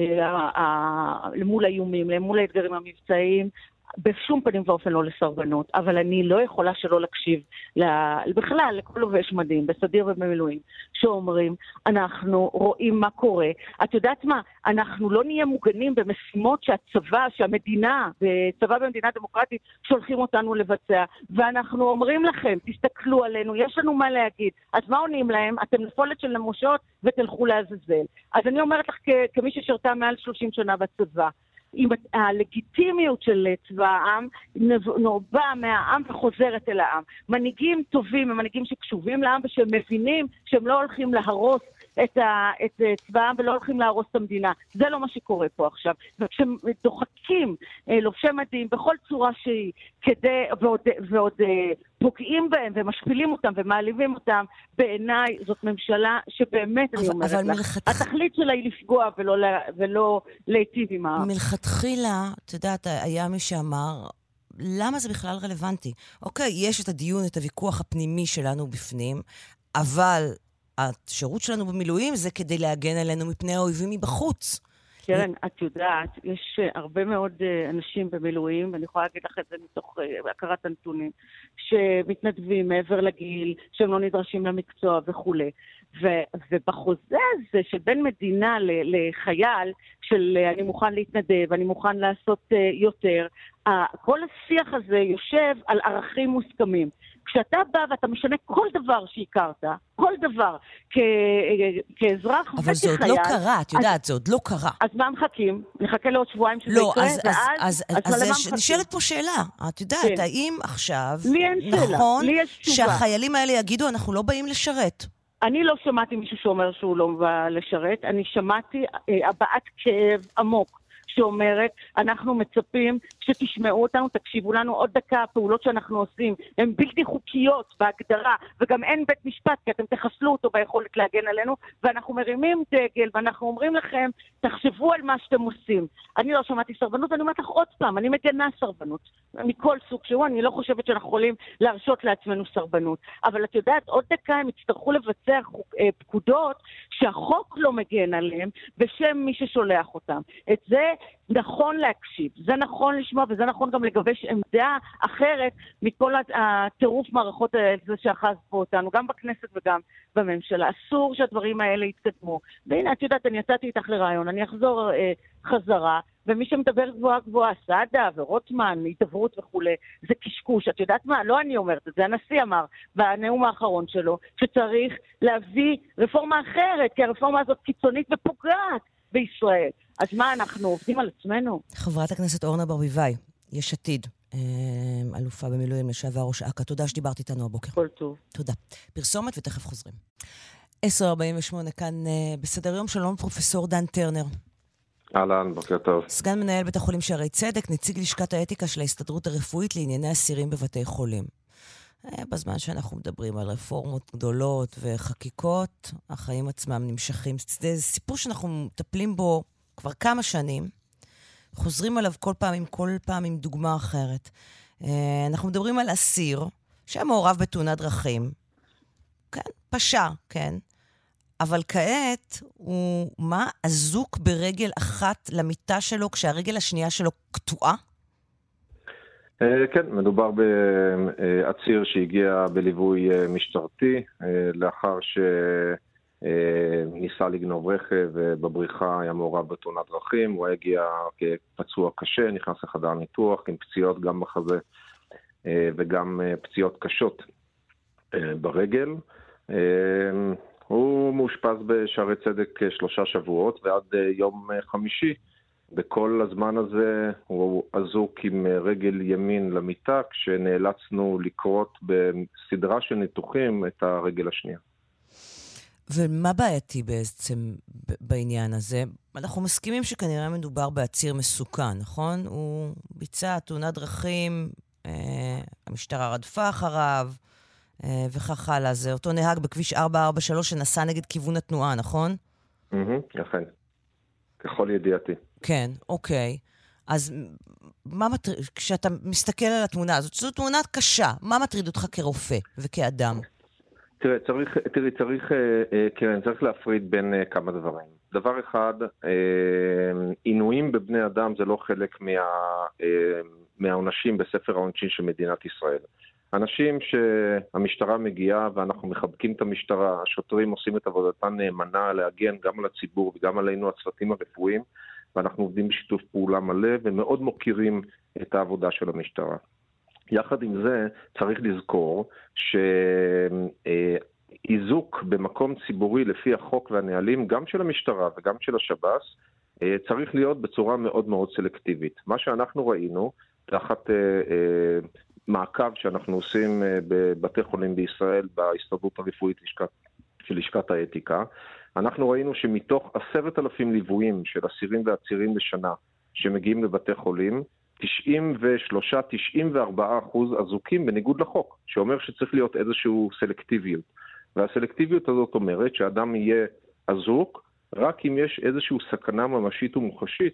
למול האיומים, למול האתגרים המבצעיים, בשום פנים ואופן לא לסרבנות, אבל אני לא יכולה שלא להקשיב בכלל לכל לובש מדים, בסדיר ובמילואים, שאומרים, אנחנו רואים מה קורה. את יודעת מה? אנחנו לא נהיה מוגנים במשימות שהמדינה, צבא במדינה דמוקרטית, שולחים אותנו לבצע, ואנחנו אומרים לכם, תסתכלו עלינו, יש לנו מה להגיד. אז מה עונים להם? אתם נפולת של נמושות ותלכו לעזאזל. אז אני אומרת לך, כמי ששרתה מעל 30 שנה בצבא, עם הלגיטימיות של צבא העם נובע מהעם וחוזרת אל העם. מנהיגים טובים הם מנהיגים שקשובים לעם ושהם מבינים שהם לא הולכים להרוס את צבא העם ולא הולכים להרוס את המדינה. זה לא מה שקורה פה עכשיו. וכשדוחקים לובשי מדים בכל צורה שהיא ועוד פוגעים בהם ומשפילים אותם ומעליבים אותם, בעיניי זאת ממשלה שבאמת אני אומרת לך, התכלית שלה היא לפגוע ולא להיטיב עם העם. מלכתחילה, את יודעת, היה מי שאמר, למה זה בכלל רלוונטי? אוקיי, יש את הדיון, את הוויכוח הפנימי שלנו בפנים, אבל השירות שלנו במילואים זה כדי להגן עלינו מפני האויבים מבחוץ. קרן, את יודעת, יש הרבה מאוד אנשים במילואים, ואני יכולה להגיד לך את זה מתוך הכרת הנתונים, שמתנדבים מעבר לגיל, שהם לא נדרשים למקצוע וכו'. ובחוזה הזה של בין מדינה לחייל, של אני מוכן להתנדב, אני מוכן לעשות יותר, כל השיח הזה יושב על ערכים מוסכמים. כשאתה בא ואתה משנה כל דבר שהכרת, כל דבר, כאזרח אבל זה עוד לא קרה, את יודעת, זה עוד לא קרה. אז מה מחכים? נחכה לעוד שבועיים שזה יקרה? אז נשאלת פה שאלה, את יודעת, האם עכשיו נכון שהחיילים האלה יגידו, אנחנו לא באים לשרת? אני לא שמעתי מישהו שאומר שהוא לא בא לשרת, אני שמעתי הבעת כאב עמוק. שאומרת, אנחנו מצפים שתשמעו אותנו, תקשיבו לנו עוד דקה, הפעולות שאנחנו עושים, הן בלתי חוקיות בהגדרה, וגם אין בית משפט, כי אתם תחסלו אותו ביכולת להגן עלינו, ואנחנו מרימים דגל, ואנחנו אומרים לכם, תחשבו על מה שאתם עושים. אני לא שמעתי סרבנות, אני אומרת לך עוד פעם, אני מגנה סרבנות, מכל סוג שהוא, אני לא חושבת שאנחנו יכולים להרשות לעצמנו סרבנות, אבל את יודעת, עוד דקה הם יצטרכו לבצע פקודות שהחוק לא מגן עליהם, בשם מי ששולח אותם. את זה נכון להקשיב, זה נכון לשמוע, וזה נכון גם לגבש עמדה אחרת מכל הטירוף מערכות הזה שאחז פה אותנו, גם בכנסת וגם בממשלה. אסור שהדברים האלה יתקדמו. והנה, את יודעת, אני יצאתי איתך לרעיון, אני אחזור חזרה, ומי שמדבר גבוהה גבוהה, סעדה ורוטמן, התעברות וכולי, זה קשקוש. את יודעת מה? לא אני אומרת את זה, הנשיא אמר בנאום האחרון שלו, שצריך להביא רפורמה אחרת, כי הרפורמה הזאת קיצונית ופוגעת בישראל. אז מה, אנחנו עובדים על עצמנו? חברת הכנסת אורנה ברביבאי, יש עתיד, אלופה במילואים לשעבר ראש אכ"א, תודה שדיברת איתנו הבוקר. כל טוב. תודה. פרסומת ותכף חוזרים. 10:48 כאן בסדר יום. שלום פרופסור דן טרנר. אהלן, בוקר טוב. סגן מנהל בית החולים שערי צדק, נציג לשכת האתיקה של ההסתדרות הרפואית לענייני אסירים בבתי חולים. בזמן שאנחנו מדברים על רפורמות גדולות וחקיקות, החיים עצמם נמשכים. זה סיפור שאנחנו מטפלים בו כבר כמה שנים, חוזרים עליו כל פעם עם דוגמה אחרת. אנחנו מדברים על אסיר שהיה מעורב בתאונת דרכים, כן, פשע, כן, אבל כעת הוא אזוק ברגל אחת למיטה שלו כשהרגל השנייה שלו קטועה? כן, מדובר בעציר שהגיע בליווי משטרתי, לאחר שניסה לגנוב רכב ובבריחה היה מעורב בתאונת דרכים. הוא הגיע כפצוע קשה, נכנס לחדר ניתוח עם פציעות גם בחזה וגם פציעות קשות ברגל. הוא מאושפז בשערי צדק 3 שבועות, ועד יום חמישי בכל הזמן הזה הוא אזוק עם רגל ימין למיטה, כשנאלצנו לקרות בסדרה של ניתוחים את הרגל השנייה. ומה בעייתי בעצם בעניין הזה? אנחנו מסכימים שכנראה מדובר בעציר מסוכן, נכון? הוא ביצע תאונת דרכים, המשטרה רדפה אחריו, וכך הלאה. זה אותו נהג בכביש 443 שנסע נגד כיוון התנועה, נכון? לכן. ככל ידיעתי. כן, אוקיי. אז מה מטריד, כשאתה מסתכל על התמונה הזאת, זו תמונה קשה, מה מטריד אותך כרופא וכאדם? צריך להפריד בין כמה דברים. דבר אחד, עינויים בבני אדם זה לא חלק מהעונשים בספר העונשין של מדינת ישראל. אנשים שהמשטרה מגיעה ואנחנו מחבקים את המשטרה, השוטרים עושים את עבודתם נאמנה להגן גם על הציבור וגם עלינו הצוותים הרפואיים, ואנחנו עובדים בשיתוף פעולה מלא ומאוד מוקירים את העבודה של המשטרה. יחד עם זה צריך לזכור שאיזוק במקום ציבורי לפי החוק והנהלים, גם של המשטרה וגם של השב"ס, צריך להיות בצורה מאוד מאוד סלקטיבית. מה שאנחנו ראינו תחת מעקב שאנחנו עושים בבתי חולים בישראל, בהסתדרות הרפואית של לשכת האתיקה, אנחנו ראינו שמתוך 10,000 ליוויים של אסירים ועצירים בשנה שמגיעים לבתי חולים, 93-94% אזוקים בניגוד לחוק, שאומר שצריך להיות איזשהו סלקטיביות. והסלקטיביות הזאת אומרת שאדם יהיה אזוק רק אם יש איזשהו סכנה ממשית ומוחשית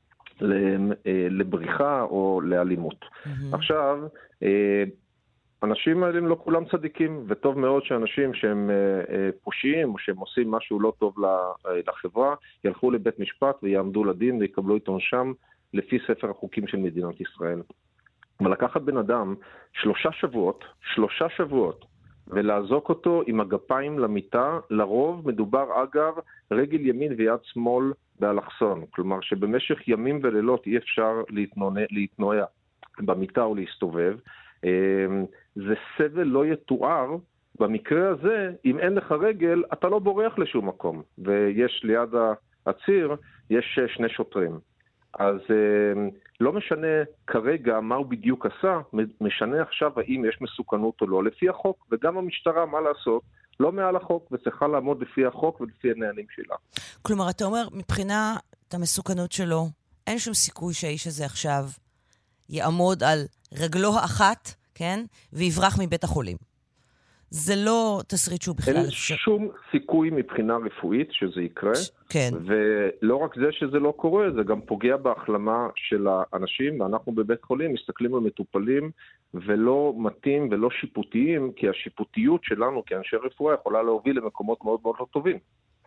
לבריחה או לאלימות. עכשיו, אנשים האלה הם לא כולם צדיקים, וטוב מאוד שאנשים שהם פושעים או שהם עושים משהו לא טוב לחברה, ילכו לבית משפט ויעמדו לדין ויקבלו את עונשם לפי ספר החוקים של מדינת ישראל. אבל לקחת בן אדם 3 שבועות, ולעזוק אותו עם הגפיים למיטה, לרוב מדובר אגב רגל ימין ויד שמאל באלכסון, כלומר שבמשך ימים ולילות אי אפשר להתנועע במיטה או להסתובב. זה סבל לא יתואר. במקרה הזה, אם אין לך רגל, אתה לא בורח לשום מקום, ויש ליד העציר, יש 2 שוטרים. אז לא משנה כרגע מה הוא בדיוק עשה, משנה עכשיו האם יש מסוכנות או לא לפי החוק, וגם המשטרה, מה לעשות, לא מעל החוק, וצריכה לעמוד לפי החוק ולפי הנהלים שלה. כלומר, אתה אומר, מבחינת המסוכנות שלו, אין שום סיכוי שהאיש הזה עכשיו יעמוד על רגלו האחת, כן? ויברח מבית החולים. זה לא תסריט שהוא בכלל... אין שום סיכוי מבחינה רפואית שזה יקרה. כן. ולא רק זה שזה לא קורה, זה גם פוגע בהחלמה של האנשים, ואנחנו בבית חולים מסתכלים על מטופלים, ולא מתאים ולא שיפוטיים, כי השיפוטיות שלנו כאנשי רפואה יכולה להוביל למקומות מאוד מאוד לא טובים.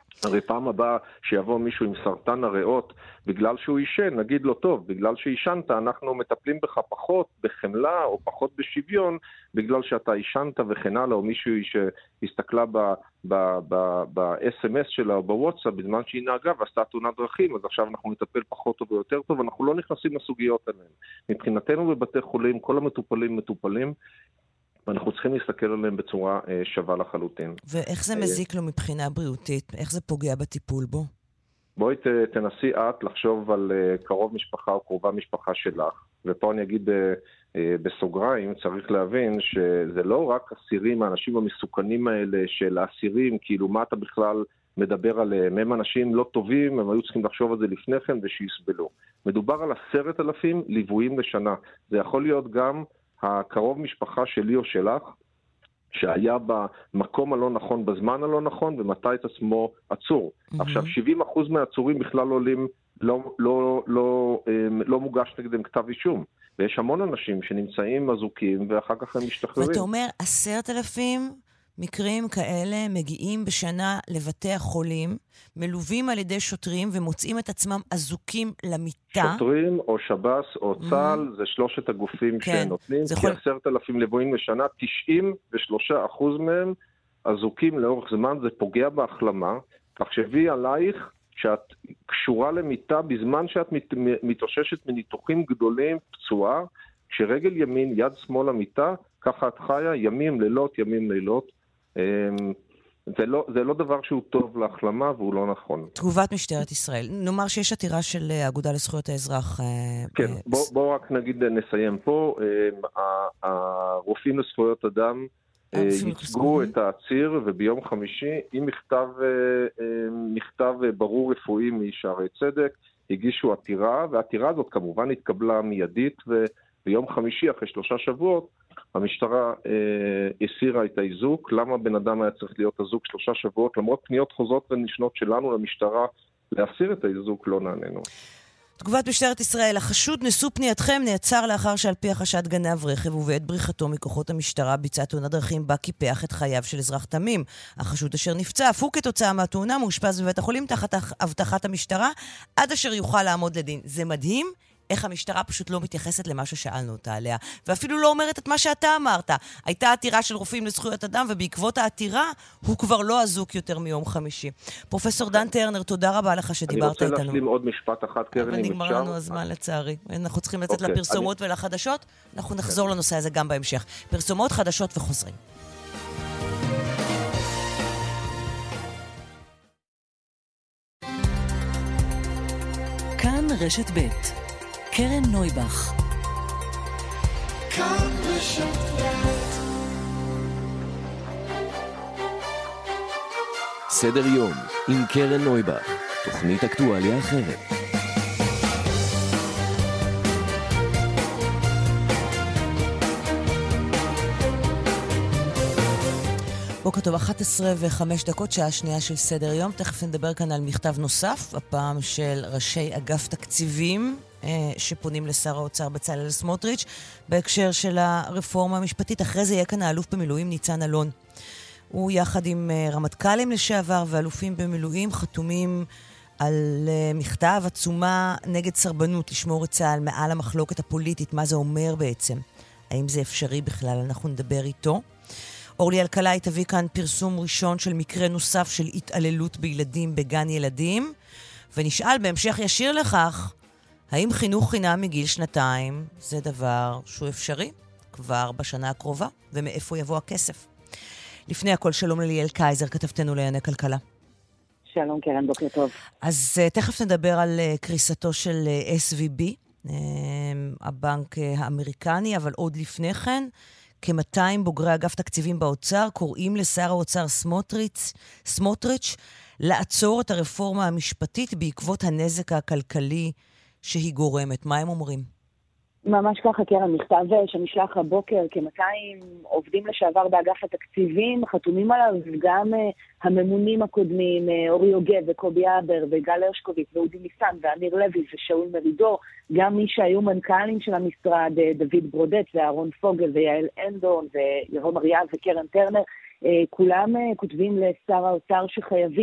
הרי פעם הבאה שיבוא מישהו עם סרטן הריאות בגלל שהוא ישן, נגיד לו טוב, בגלל שישנת אנחנו מטפלים בך פחות בחמלה או פחות בשוויון, בגלל שאתה ישנת וכן הלאה, או מישהו שהסתכלה ב-SMS שלה או בוואטסאפ בזמן שהיא נהגה ועשתה תאונת דרכים, אז עכשיו אנחנו נטפל פחות טוב ויותר טוב, אנחנו לא נכנסים לסוגיות עליהן. מבחינתנו בבתי חולים כל המטופלים מטופלים, ואנחנו צריכים להסתכל עליהם בצורה שווה לחלוטין. ואיך זה מזיק לו מבחינה בריאותית? איך זה פוגע בטיפול בו? בואי תנסי את לחשוב על קרוב משפחה או קרובה משפחה שלך, ופה אני אגיד בסוגריים, צריך להבין שזה לא רק אסירים, האנשים המסוכנים האלה של האסירים, כאילו מה אתה בכלל מדבר עליהם, הם אנשים לא טובים, הם היו צריכים לחשוב על זה לפני כן ושיסבלו. מדובר על 10,000 ליוויים לשנה, זה יכול להיות גם הקרוב משפחה שלי או שלך, שהיה במקום הלא נכון, בזמן הלא נכון, ומתי את עצמו עצור. עכשיו, 70% מהעצורים בכלל עולים, לא מוגש נגדם כתב אישום. ויש המון אנשים שנמצאים אזוקים, ואחר כך הם משתחררים. ואתה אומר, 10,000 מקרים כאלה מגיעים בשנה לבתי החולים, מלווים על ידי שוטרים ומוצאים את עצמם אזוקים למיטה. שוטרים או שב"ס או צה"ל, זה שלושת הגופים שנותנים, כי 10,000 ליוויים לשנה, 93% מהם אזוקים לאורך זמן, זה פוגע בהחלמה. תחשבי עלייך שאת קשורה למיטה בזמן שאת מתאוששת מניתוחים גדולים, פצועה, כשרגל ימין, יד שמאל למיטה, ככה את חיה, ימים לילות, ימים לילות. זה לא דבר שהוא טוב להחלמה והוא לא נכון. תגובת משטרת ישראל. נאמר שיש עתירה של האגודה לזכויות האזרח. כן, בואו רק נגיד נסיים פה. הרופאים לזכויות אדם ייצגו את העציר, וביום חמישי, עם מכתב ברור רפואי משערי צדק, הגישו עתירה, והעתירה הזאת כמובן התקבלה מיידית, וביום חמישי, אחרי 3 שבועות, המשטרה הסירה את האיזוק. למה בן אדם היה צריך להיות אזוק 3 שבועות? למרות פניות חוזרות ונשנות שלנו למשטרה להסיר את האיזוק, לא נענינו. תגובת משטרת ישראל, החשוד נשוא פנייתכם נעצר לאחר שעל פי החשד גנב רכב ובעת בריחתו מכוחות המשטרה ביצע תאונת דרכים בה קיפח את חייו של אזרח תמים. החשוד אשר נפצע אף הוא כתוצאה מהתאונה מאושפז בבית החולים תחת הבטחת המשטרה עד אשר יוכל לעמוד לדין. זה מדהים איך המשטרה פשוט לא מתייחסת למה ששאלנו אותה עליה, ואפילו לא אומרת את מה שאתה אמרת. הייתה עתירה של רופאים לזכויות אדם, ובעקבות העתירה הוא כבר לא אזוק יותר מיום חמישי. פרופסור דן טרנר, תודה רבה לך שדיברת איתנו. אני רוצה להשלים עוד משפט אחד, קרן, אם אפשר. אבל נגמר לנו הזמן לצערי. אנחנו צריכים לצאת לפרסומות ולחדשות. אנחנו נחזור לנושא הזה גם בהמשך. פרסומות, חדשות וחוזרים. כאן רשת ב' קרן נויבך. כאן רשת ב'. סדר יום עם קרן נויבך, תוכנית אקטואליה אחרת. בוקר טוב, 11:05, שעה שנייה של סדר יום. תכף נדבר כאן על מכתב נוסף, הפעם של ראשי אגף תקציבים שפונים לשר האוצר בצלאל סמוטריץ' בהקשר של הרפורמה המשפטית. אחרי זה יהיה כאן האלוף במילואים ניצן אלון. הוא יחד עם רמטכ"לים לשעבר ואלופים במילואים חתומים על מכתב עצומה נגד סרבנות, לשמור את צה"ל מעל המחלוקת הפוליטית. מה זה אומר בעצם? האם זה אפשרי בכלל? אנחנו נדבר איתו. אורלי אלקלעי תביא כאן פרסום ראשון של מקרה נוסף של התעללות בילדים בגן ילדים, ונשאל בהמשך ישיר לכך, האם חינוך חינם מגיל 2 זה דבר שהוא אפשרי כבר בשנה הקרובה, ומאיפה יבוא הכסף? לפני הכל, שלום לליאל קייזר, כתבתנו לענייני כלכלה. שלום קרן, בוקר טוב. אז תכף נדבר על קריסתו של SVB, הבנק האמריקני, אבל עוד לפני כן, כ-200 בוגרי אגף תקציבים באוצר קוראים לשר האוצר סמוטריץ' לעצור את הרפורמה המשפטית בעקבות הנזק הכלכלי שהיא גורמת. מה הם אומרים? ממש ככה, קרן, מכתב שנשלח הבוקר, כ-200 עובדים לשעבר באגף התקציבים, חתומים עליו גם הממונים הקודמים, אורי יוגב וקובי אבר וגל הרשקוביץ ואודי ניסן ואמיר לוי ושאול מרידור, גם מי שהיו מנכ"לים של המשרד, דוד ברודט ואהרון פוגל ויעל אנדון וירום אריאב וקרן טרנר, כולם כותבים לשר האוצר שחייבים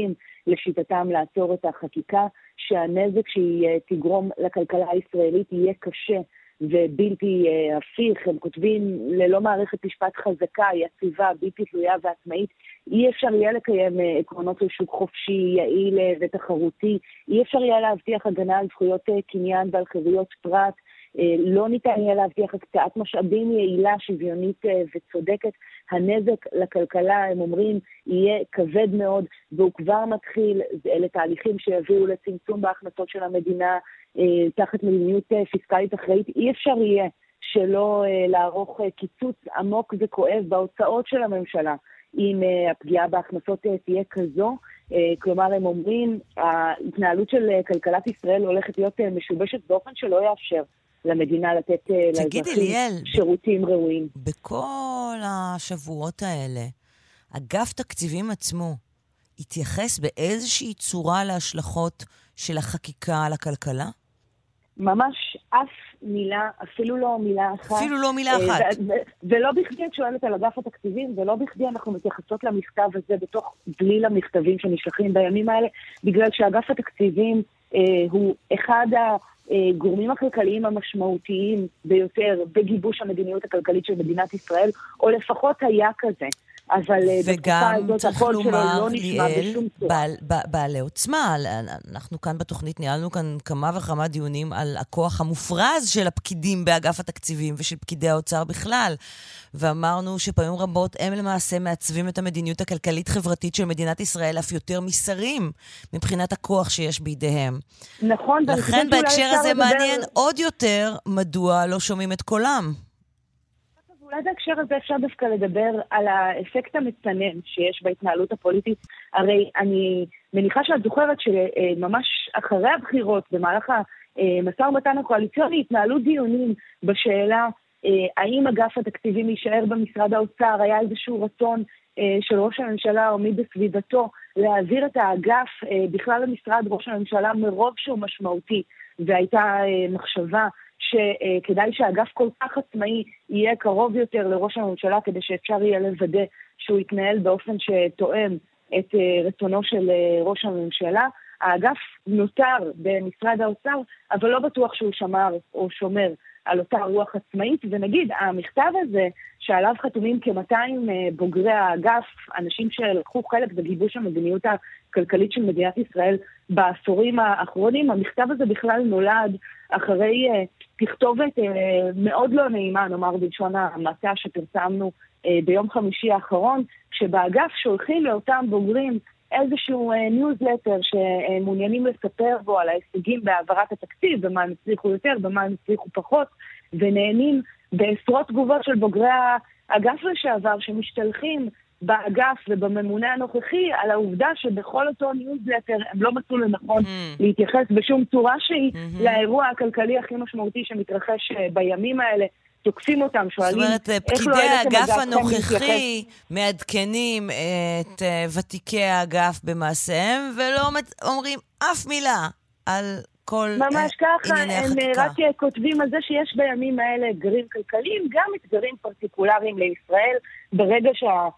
לשיטתם לעצור את החקיקה, שהנזק שהיא תגרום לכלכלה הישראלית יהיה קשה ובלתי הפיך. הם כותבים, ללא מערכת משפט חזקה, יציבה, בלתי תלויה ועצמאית, אי אפשר יהיה לקיים עקרונות של שוק חופשי, יעיל ותחרותי, אי אפשר יהיה להבטיח הגנה על זכויות קניין ועל חירויות פרט, לא ניתן יהיה להבטיח הקצאת משאבים יעילה, שוויונית וצודקת. הנזק לכלכלה, הם אומרים, יהיה כבד מאוד, והוא כבר מתחיל. אלה תהליכים שיביאו לצמצום בהכנסות של המדינה, תחת מדיניות פיסקלית אחראית. אי אפשר יהיה שלא לערוך קיצוץ עמוק וכואב בהוצאות של הממשלה, אם הפגיעה בהכנסות תהיה כזו. כלומר, הם אומרים, ההתנהלות של כלכלת ישראל הולכת להיות משובשת באופן שלא יאפשר למדינה לתת לאזרחים שירותים ראויים. בכל השבועות האלה, אגף תקציבים עצמו התייחס באיזושהי צורה להשלכות של החקיקה על הכלכלה? ממש אף מילה, אפילו לא מילה אחת. אפילו לא מילה אחת. ולא בכדי את שואלת על אגף התקציבים, ולא בכדי אנחנו מתייחסות למכתב הזה בתוך בליל המכתבים שנשלחים בימים האלה, בגלל שאגף התקציבים הוא אחד הגורמים הכלכליים המשמעותיים ביותר בגיבוש המדיניות הכלכלית של מדינת ישראל, או לפחות היה כזה. אבל בתקופה הזאת הכל שלו לא נשמע בשום צורה. בעלי עוצמה, אנחנו כאן בתוכנית ניהלנו כאן כמה וכמה דיונים על הכוח המופרז של הפקידים באגף התקציבים ושל פקידי האוצר בכלל, ואמרנו שפעמים רבות הם למעשה מעצבים את המדיניות הכלכלית-חברתית של מדינת ישראל אף יותר משרים מבחינת הכוח שיש בידיהם. נכון. לכן בהקשר הזה מעניין עוד יותר מדוע לא שומעים את קולם. אולי בהקשר הזה אפשר דווקא לדבר על האפקט המצנן שיש בהתנהלות הפוליטית. הרי אני מניחה שאת זוכרת שממש אחרי הבחירות, במהלך המשא ומתן הקואליציוני, התנהלו דיונים בשאלה האם אגף התקציבים יישאר במשרד האוצר. היה איזשהו רצון של ראש הממשלה או מי בסביבתו להעביר את האגף בכלל למשרד ראש הממשלה מרוב שהוא משמעותי, והייתה מחשבה שכדאי שהאגף כל כך עצמאי יהיה קרוב יותר לראש הממשלה, כדי שאפשר יהיה לוודא שהוא יתנהל באופן שתואם את רצונו של ראש הממשלה. האגף נותר במשרד האוצר, אבל לא בטוח שהוא שמר או שומר על אותה רוח עצמאית. ונגיד, המכתב הזה שעליו חתומים כ-200 בוגרי האגף, אנשים שלקחו חלק בגיבוש המדיניות הכלכלית של מדינת ישראל בעשורים האחרונים, המכתב הזה בכלל נולד אחרי תכתובת מאוד לא נעימה, נאמר בלשון המעטה, שפרסמנו ביום חמישי האחרון, כשבאגף שולחים לאותם בוגרים איזשהו ניוזלטר שמעוניינים לספר בו על ההישגים בהעברת התקציב, במה הם הצליחו יותר, במה הם הצליחו פחות, ונהנים בעשרות תגובות של בוגרי האגף לשעבר שמשתלחים באגף ובממונה הנוכחי על העובדה שבכל אותו ניוזלטר הם לא מצאו לנכון להתייחס בשום צורה שהיא לאירוע הכלכלי הכי משמעותי שמתרחש בימים האלה. תוקפים אותם, שואלים איך לא זאת אומרת, פקידי האגף הנוכחי מעדכנים את ותיקי האגף במעשיהם, ולא אומרים אף מילה על כל ממש ככה, ענייני החקיקה. הם רק כותבים על זה שיש בימים האלה אתגרים כלכליים, גם אתגרים פרטיקולריים לישראל. ברגע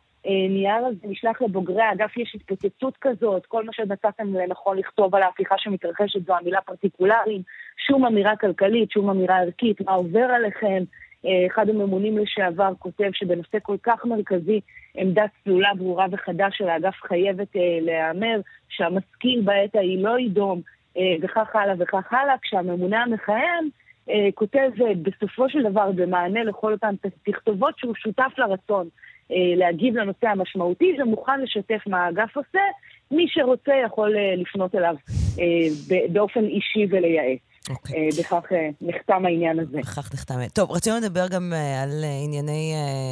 שהנייר הזה נשלח לבוגרי האגף יש התפוצצות כזאת, כל מה שנתתם לנכון לכתוב על ההפיכה שמתרחשת זו המילה פרטיקולריים, שום אמירה כלכלית, שום אמירה ערכית, מה עובר עליכם. אחד הממונים לשעבר כותב שבנושא כל כך מרכזי עמדה צלולה, ברורה וחדה של האגף חייבת להיאמר, שהמשכיל בעת ההיא לא יידום וכך הלאה וכך הלאה, כשהממונה המכהן כותב בסופו של דבר במענה לכל אותן תכתובות שהוא שותף לרצון להגיב לנושא המשמעותי ומוכן לשתף מה האגף עושה, מי שרוצה יכול לפנות אליו באופן אישי ולייעץ. בכך נחתם העניין הזה. בכך נחתם. טוב, רצינו לדבר גם על ענייני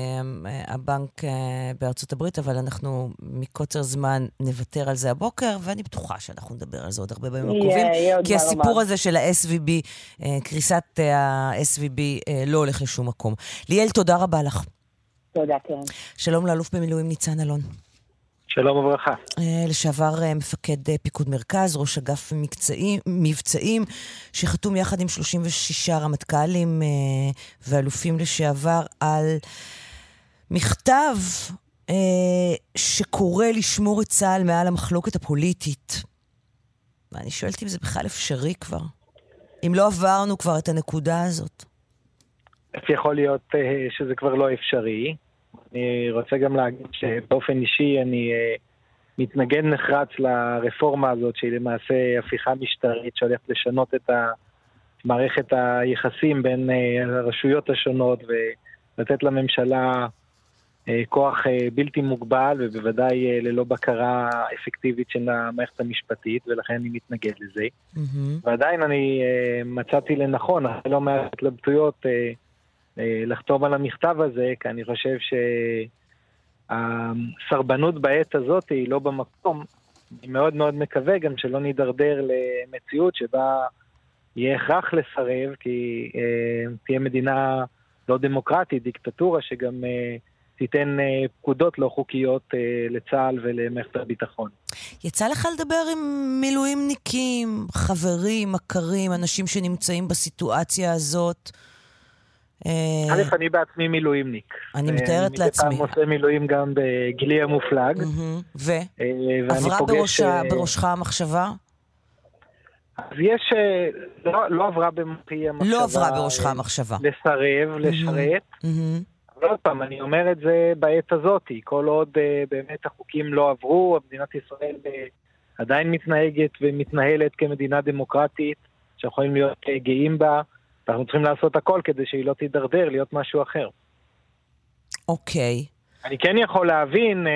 הבנק בארצות הברית, אבל אנחנו מקוצר זמן נוותר על זה הבוקר, ואני בטוחה שאנחנו נדבר על זה עוד הרבה בימים הקרובים, כי הסיפור הזה של ה-SVB, קריסת ה-SVB לא הולך לשום מקום. ליאל, תודה רבה לך. תודה, כן. שלום לאלוף במילואים ניצן אלון. שלום וברכה. לשעבר מפקד פיקוד מרכז, ראש אגף מבצעים, שחתום יחד עם 36 רמטכ"לים ואלופים לשעבר על מכתב שקורא לשמור את צה"ל מעל המחלוקת הפוליטית. ואני שואלת אם זה בכלל אפשרי כבר. אם לא עברנו כבר את הנקודה הזאת. יכול להיות שזה כבר לא אפשרי. אני רוצה גם להגיד שבאופן אישי אני מתנגד נחרץ לרפורמה הזאת, שהיא למעשה הפיכה משטרית שהולכת לשנות את מערכת היחסים בין הרשויות השונות ולתת לממשלה כוח בלתי מוגבל ובוודאי ללא בקרה אפקטיבית של המערכת המשפטית, ולכן אני מתנגד לזה. ועדיין אני מצאתי לנכון, אחרי לא מעט התלבטויות, לחתום על המכתב הזה, כי אני חושב שהסרבנות בעת הזאת היא לא במקום. אני מאוד מאוד מקווה גם שלא נידרדר למציאות שבה יהיה הכרח לסרב, כי תהיה מדינה לא דמוקרטית, דיקטטורה, שגם תיתן פקודות לא חוקיות לצה"ל ולמערכת הביטחון. יצא לך לדבר עם מילואימניקים, חברים, מכרים, אנשים שנמצאים בסיטואציה הזאת? אני בעצמי מילואימניק. אני מתארת לעצמי. אני עושה מילואים גם בגילי המופלג. עברה בראשך המחשבה? אז יש, לא עברה במוחי המחשבה. לא עברה בראשך המחשבה. לסרב, לשרת. אבל עוד פעם, אני אומר את זה בעת הזאת. כל עוד באמת החוקים לא עברו, מדינת ישראל עדיין מתנהגת ומתנהלת כמדינה דמוקרטית, שיכולים להיות גאים בה. אנחנו צריכים לעשות הכל כדי שהיא לא תידרדר, להיות משהו אחר. אוקיי. אני כן יכול להבין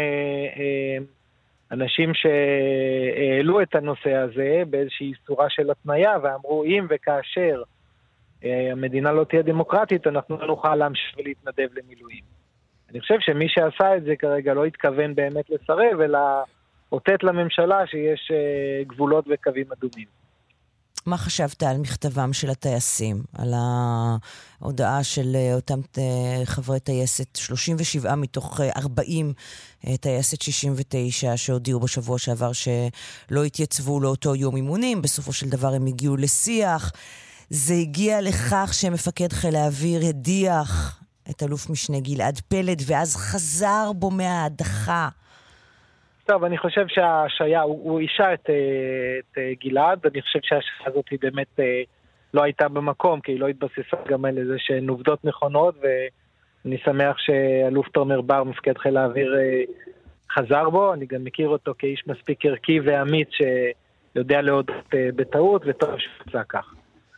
אנשים שהעלו את הנושא הזה באיזושהי צורה של התניה, ואמרו אם וכאשר המדינה לא תהיה דמוקרטית, אנחנו לא נוכל להמשיך ולהתנדב למילואים. אני חושב שמי שעשה את זה כרגע לא התכוון באמת לסרב, אלא אותת לממשלה שיש גבולות וקווים אדומים. מה חשבת על מכתבם של הטייסים? על ההודעה של אותם חברי טייסת, 37 מתוך 40 טייסת 69 שהודיעו בשבוע שעבר שלא התייצבו לאותו יום אימונים, בסופו של דבר הם הגיעו לשיח. זה הגיע לכך שמפקד חיל האוויר הדיח את אלוף משנה גלעד פלד, ואז חזר בו מההדחה. טוב, אני חושב שהשעיה, הוא אישה את גלעד, אני חושב שהשעיה הזאת היא באמת לא הייתה במקום, כי היא לא התבססה גם על איזה שהן עובדות נכונות, ואני שמח שאלוף תומר בר, מפקד חיל האוויר, חזר בו. אני גם מכיר אותו כאיש מספיק ערכי ואמיץ שיודע להודות בטעות, וטוב שפצע כך.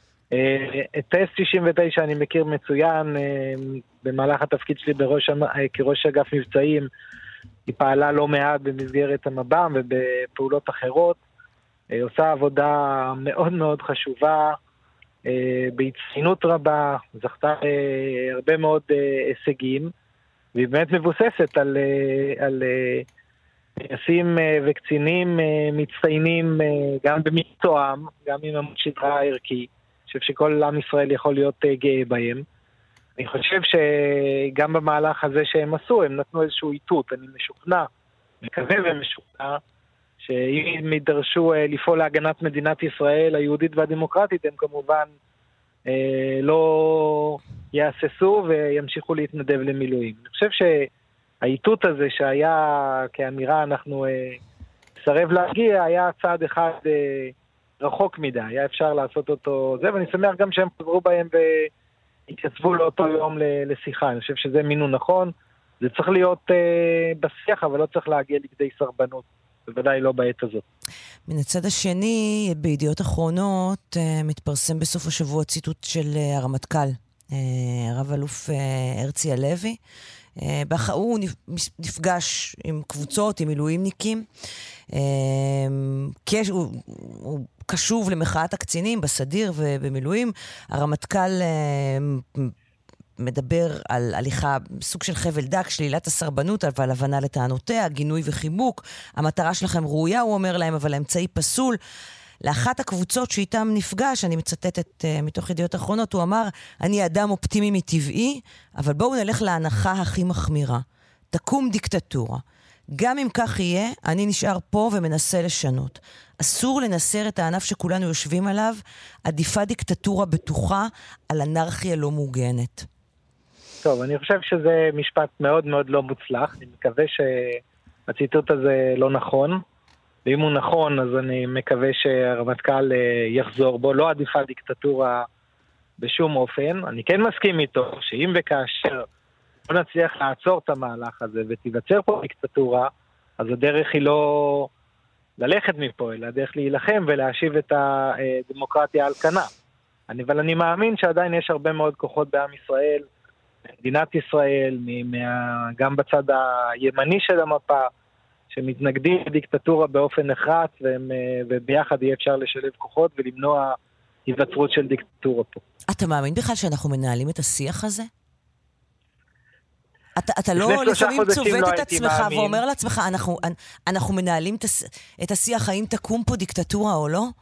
את טייס 69 אני מכיר מצוין, במהלך התפקיד שלי כראש אגף מבצעים, היא פעלה לא מעט במסגרת המב"ם ובפעולות אחרות, עושה עבודה מאוד מאוד חשובה, בהצטיינות רבה, זכתה הרבה מאוד הישגים, והיא באמת מבוססת על טייסים וקצינים מצטיינים גם במקצועם, גם עם המשדרה הערכי. אני חושב שכל עם ישראל יכול להיות גאה בהם. אני חושב שגם במהלך הזה שהם עשו, הם נתנו איזשהו איתות. אני משוכנע, מקווה ומשוכנע, שאם יידרשו לפעול להגנת מדינת ישראל היהודית והדמוקרטית, הם כמובן לא יאססו וימשיכו להתנדב למילואים. אני חושב שהאיתות הזה שהיה כאמירה אנחנו סרב להגיע, היה צעד אחד רחוק מדי, היה אפשר לעשות אותו זה, ואני שמח גם שהם חזרו בהם והתייצבו לאותו יום לשיחה. אני חושב שזה מינון נכון, זה צריך להיות בשיח, אבל לא צריך להגיע לכדי סרבנות, בוודאי לא בעת הזאת. מן הצד השני, בידיעות אחרונות מתפרסם בסוף השבוע ציטוט של הרמטכ"ל, רב אלוף הרצי הלוי. הוא נפגש עם קבוצות, עם מילואימניקים, הוא קשוב למחאת הקצינים בסדיר ובמילואים. הרמטכ"ל מדבר על הליכה, סוג של חבל דק, שלילת הסרבנות, אבל הבנה לטענותיה, גינוי וחיבוק. המטרה שלכם ראויה, הוא אומר להם, אבל האמצעי פסול. לאחת הקבוצות שאיתם נפגש, אני מצטטת מתוך ידיעות אחרונות, הוא אמר, אני אדם אופטימי מטבעי, אבל בואו נלך להנחה הכי מחמירה. תקום דיקטטורה. גם אם כך יהיה, אני נשאר פה ומנסה לשנות. אסור לנסר את הענף שכולנו יושבים עליו, עדיפה דיקטטורה בטוחה על אנרכיה לא מוגנת. טוב, אני חושב שזה משפט מאוד מאוד לא מוצלח. אני מקווה שהציטוט הזה לא נכון. ואם הוא נכון, אז אני מקווה שהרמטכ"ל יחזור בו. לא עדיפה דיקטטורה בשום אופן. אני כן מסכים איתו שאם וכאשר לא נצליח לעצור את המהלך הזה ותיווצר פה דיקטטורה, אז הדרך היא לא ללכת מפה, אלא הדרך להילחם ולהשיב את הדמוקרטיה על כנה. אבל אני מאמין שעדיין יש הרבה מאוד כוחות בעם ישראל, מדינת ישראל, גם בצד הימני של המפה, שמתנגדים לדיקטטורה באופן נחרץ, וביחד יהיה אפשר לשלב כוחות ולמנוע היווצרות של דיקטטורה פה. אתה מאמין בכלל שאנחנו מנהלים את השיח הזה? אתה לא לפעמים צובט את עצמך ואומר לעצמך, אנחנו מנהלים את השיח, האם תקום פה דיקטטורה או לא?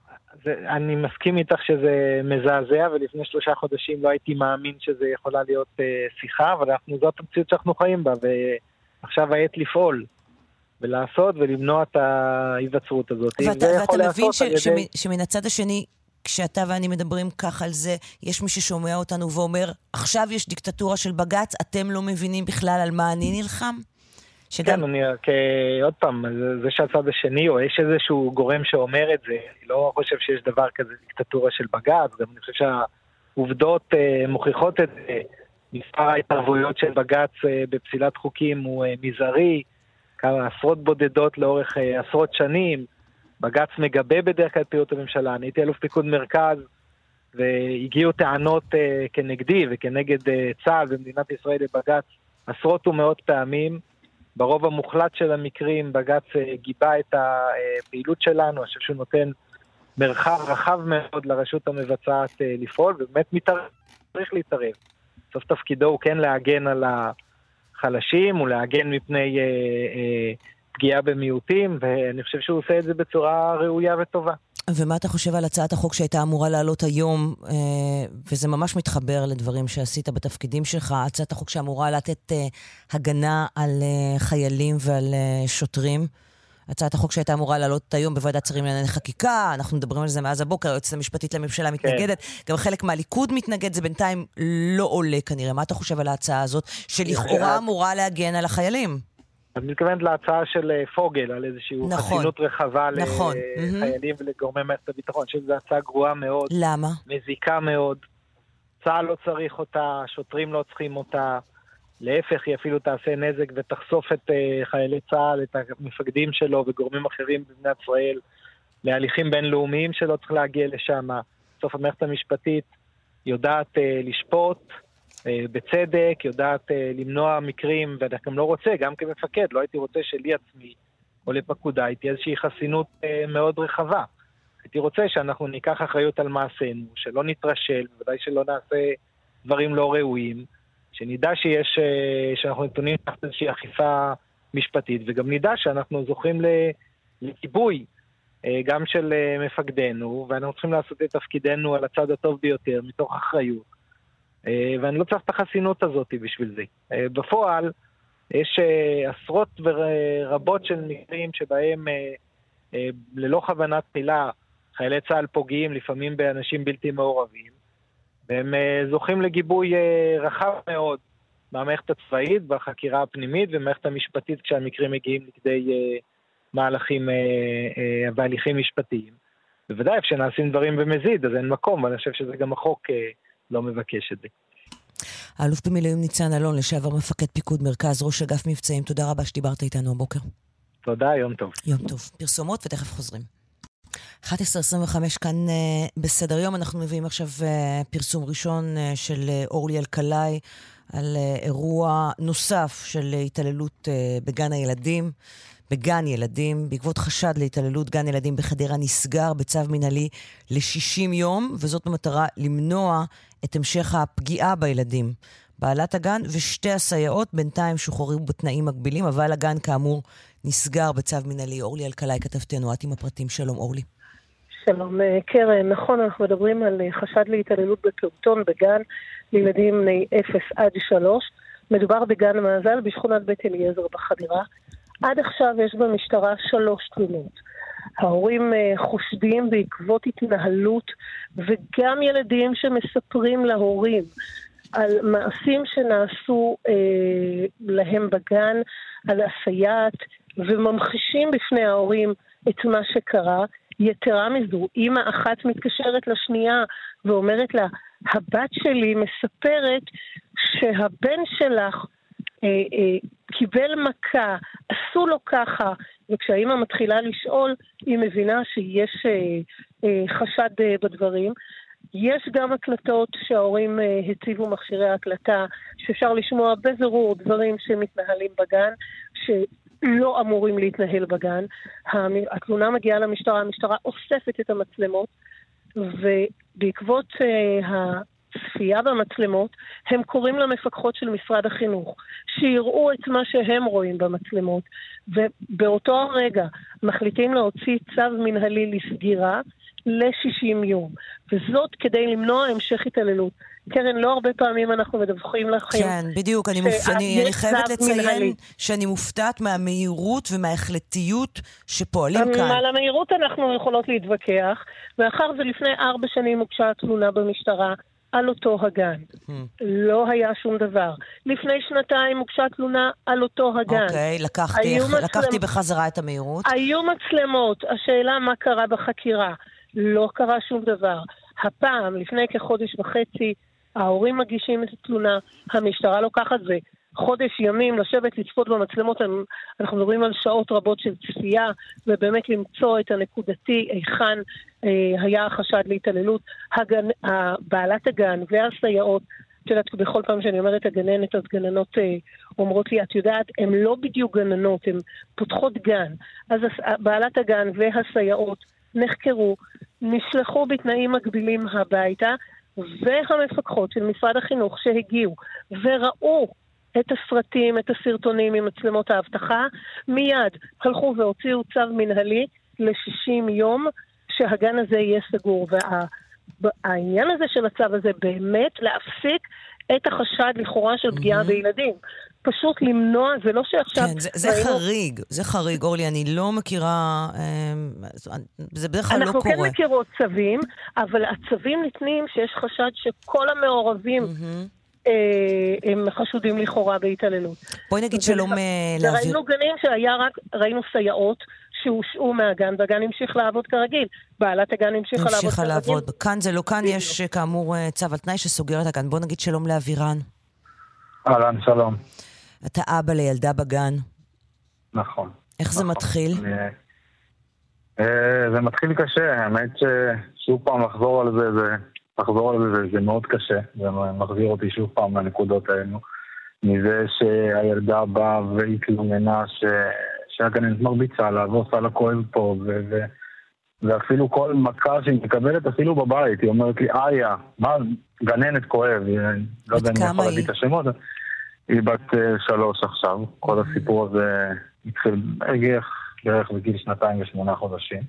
אני מסכים איתך שזה מזעזע, ולפני 3 חודשים לא הייתי מאמין שזה יכולה להיות שיחה, אבל זאת המציאות שאנחנו חיים בה, ועכשיו העת לפעול ולעשות ולמנוע את ההיווצרות הזאת. ואתה מבין שמן הצד השני, כשאתה ואני מדברים כך על זה, יש מי ששומע אותנו ואומר, עכשיו יש דיקטטורה של בג"ץ, אתם לא מבינים בכלל על מה אני נלחם? כן, עוד פעם, זה שהצד השני, או יש איזשהו גורם שאומר את זה, אני לא חושב שיש דבר כזה דיקטטורה של בג"ץ, גם אני חושב שהעובדות מוכיחות את זה, מספר ההתערבויות של בג"ץ בפסילת חוקים הוא מזערי, כמה עשרות בודדות לאורך עשרות שנים, בג"ץ מגבה בדרך כלל פעילות הממשלה, אני הייתי אלוף פיקוד מרכז, והגיעו טענות כנגדי וכנגד צה"ל במדינת ישראל לבג"ץ עשרות ומאות פעמים, ברוב המוחלט של המקרים בג"ץ גיבה את הפעילות שלנו, אני חושב שהוא נותן מרחב רחב מאוד לרשות המבצעת לפעול, ובאמת צריך להתערב. סוף תפקידו הוא כן להגן על החלשים, ולהגן מפני פגיעה במיעוטים, ואני חושב שהוא עושה את זה בצורה ראויה וטובה. ומה אתה חושב על הצעת החוק שהייתה אמורה לעלות היום, וזה ממש מתחבר לדברים שעשית בתפקידים שלך, הצעת החוק שאמורה לתת הגנה על חיילים ועל שוטרים, הצעת החוק שהייתה אמורה לעלות היום בוועדת שרים לענייני חקיקה, אנחנו מדברים על זה מאז הבוקר, היועצת המשפטית לממשלה מתנגדת, גם חלק מהליכוד מתנגד, זה בינתיים לא עולה כנראה. מה אתה חושב על ההצעה הזאת, שלכאורה אמורה להגן על החיילים? אני מתכוונת להצעה של פוגל, על איזושהי חסינות רחבה לחיילים ולגורמי מערכת הביטחון, שזו הצעה גרועה מאוד. למה? מזיקה מאוד. צה"ל לא צריך אותה, שוטרים לא צריכים אותה, להפך היא אפילו תעשה נזק ותחשוף את חיילי צה"ל, את המפקדים שלו וגורמים אחרים במדינת ישראל, להליכים בינלאומיים שלא צריך להגיע לשם. בסוף המערכת המשפטית יודעת לשפוט, בצדק, יודעת למנוע מקרים, ואני גם לא רוצה, גם כמפקד, לא הייתי רוצה שלי עצמי או לפקודה, הייתי איזושהי חסינות מאוד רחבה. הייתי רוצה שאנחנו ניקח אחריות על מעשינו, שלא נתרשל, בוודאי שלא נעשה דברים לא ראויים, שנדע שאנחנו נתונים תחת איזושהי אכיפה משפטית, וגם נדע שאנחנו זוכים לגיבוי גם של מפקדנו, ואנחנו צריכים לעשות את תפקידנו על הצד הטוב ביותר, מתוך אחריות. ואני לא צריך את החסינות הזאת בשביל זה. בפועל, יש עשרות ורבות של מקרים שבהם ללא כוונת תחילה חיילי צה"ל פוגעים לפעמים באנשים בלתי מעורבים, והם זוכים לגיבוי רחב מאוד מהמערכת הצבאית, בחקירה הפנימית ומערכת המשפטית כשהמקרים מגיעים לכדי מהלכים והליכים משפטיים. בוודאי, כשנעשים דברים במזיד, אז אין מקום, ואני חושב שזה גם החוק לא מבקש את זה. האלוף במילואים ניצן אלון, לשעבר מפקד פיקוד מרכז, ראש אגף מבצעים, תודה רבה שדיברת איתנו הבוקר. תודה, יום טוב. יום טוב. פרסומות ותכף חוזרים. 11:25 כאן בסדר יום, אנחנו מביאים עכשיו פרסום ראשון של אורלי אלקלעי על אירוע נוסף של התעללות בגן ילדים, בעקבות חשד להתעללות. גן ילדים בחדרה נסגר בצו מנהלי ל-60 יום, וזאת במטרה למנוע את המשך הפגיעה בילדים. בעלת הגן ושתי הסייעות בינתיים שוחררו בתנאים מגבילים, אבל הגן כאמור נסגר בצו מנהלי. אורלי אלקלעי כתבתנו, את עם הפרטים. שלום אורלי. שלום קרן, נכון, אנחנו מדברים על חשד להתעללות בפעוטון בגן לילדים בני 0 עד 3. מדובר בגן המאזל בשכונת בית אליעזר בחדרה. עד עכשיו יש במשטרה 3 תלונות. ההורים חושדים בעקבות התנהלות, וגם ילדים שמספרים להורים על מעשים שנעשו להם בגן, על הסייעת, וממחישים בפני ההורים את מה שקרה. יתרה מזו, אמא אחת מתקשרת לשנייה ואומרת לה, הבת שלי מספרת שהבן שלך קיבל מכה, עשו לו ככה, וכשהאמא מתחילה לשאול, היא מבינה שיש חשד בדברים. יש גם הקלטות שההורים הציבו מכשירי ההקלטה, שאפשר לשמוע בזרור דברים שמתנהלים בגן, שלא אמורים להתנהל בגן. התלונה מגיעה למשטרה, המשטרה אוספת את המצלמות, ובעקבות הצפייה במצלמות, הם קוראים למפקחות של משרד החינוך, שיראו את מה שהם רואים במצלמות, ובאותו הרגע מחליטים להוציא צו מנהלי לסגירה ל-60 יום, וזאת כדי למנוע המשך התעללות. קרן, לא הרבה פעמים אנחנו מדווחים לכם. כן, בדיוק, אני חייבת לציין שאני מופתעת מהמהירות ומההחלטיות שפועלים כאן. על המהירות אנחנו יכולות להתווכח, מאחר ולפני 4 שנים הוגשה תלונה במשטרה על אותו הגן. לא היה שום דבר. לפני 2 הוגשה תלונה על אותו הגן. אוקיי, לקחתי בחזרה את המהירות. היו מצלמות, השאלה מה קרה בחקירה. לא קרה שום דבר. הפעם, לפני כחודש וחצי, ההורים מגישים את התלונה, המשטרה לוקחת זה. חודש ימים לשבת לצפות במצלמות, אנחנו מדברים על שעות רבות של צפייה, ובאמת למצוא את הנקודתי, היכן היה החשד להתעללות. בעלת הגן והסייעות, את יודעת, בכל פעם שאני אומרת הגננת, אז גננות אומרות לי, את יודעת, הן לא בדיוק גננות, הן פותחות גן. אז בעלת הגן והסייעות נחקרו, נשלחו בתנאים מגבילים הביתה, והמפקחות של משרד החינוך שהגיעו וראו את הסרטים, את הסרטונים עם מצלמות האבטחה, מיד הלכו והוציאו צו מנהלי ל-60 יום שהגן הזה יהיה סגור. והעניין הזה של הצו הזה באמת להפסיק את החשד לכאורה של פגיעה בילדים. פשוט למנוע, זה לא שעכשיו... כן, זה חריג, אורלי, אני לא מכירה, זה בדרך כלל לא קורה. אנחנו כן מכירות צווים, אבל הצווים ניתנים שיש חשד שכל המעורבים הם חשודים לכאורה בהתעללות. בואי נגיד שלום להעביר... ראינו גנים ראינו סייעות שהושעו מהגן, והגן המשיך לעבוד כרגיל. בעלת הגן המשיכה לעבוד כרגיל. כאן זה לא כאן, יש כאמור צו על תנאי שסוגר את הגן. בואי נגיד שלום לאבירן. אהלן, שלום. אתה אבא לילדה בגן. נכון. איך זה מתחיל? זה מתחיל קשה, האמת ששוב פעם לחזור על זה, זה מאוד קשה. זה מחזיר אותי שוב פעם לנקודות האלו. מזה שהילדה באה והתלוננה שהגננת מרביצה לה ועושה לה כואב פה, ואפילו כל מכה שהיא מקבלת אפילו בבית, היא אומרת לי, איה, מה גננת כואב? לא יודע אם אני יכול להביא את השמות. היא בת 3 עכשיו. כל הסיפור הזה התחיל בערך בגיל 2 ו8 חודשים.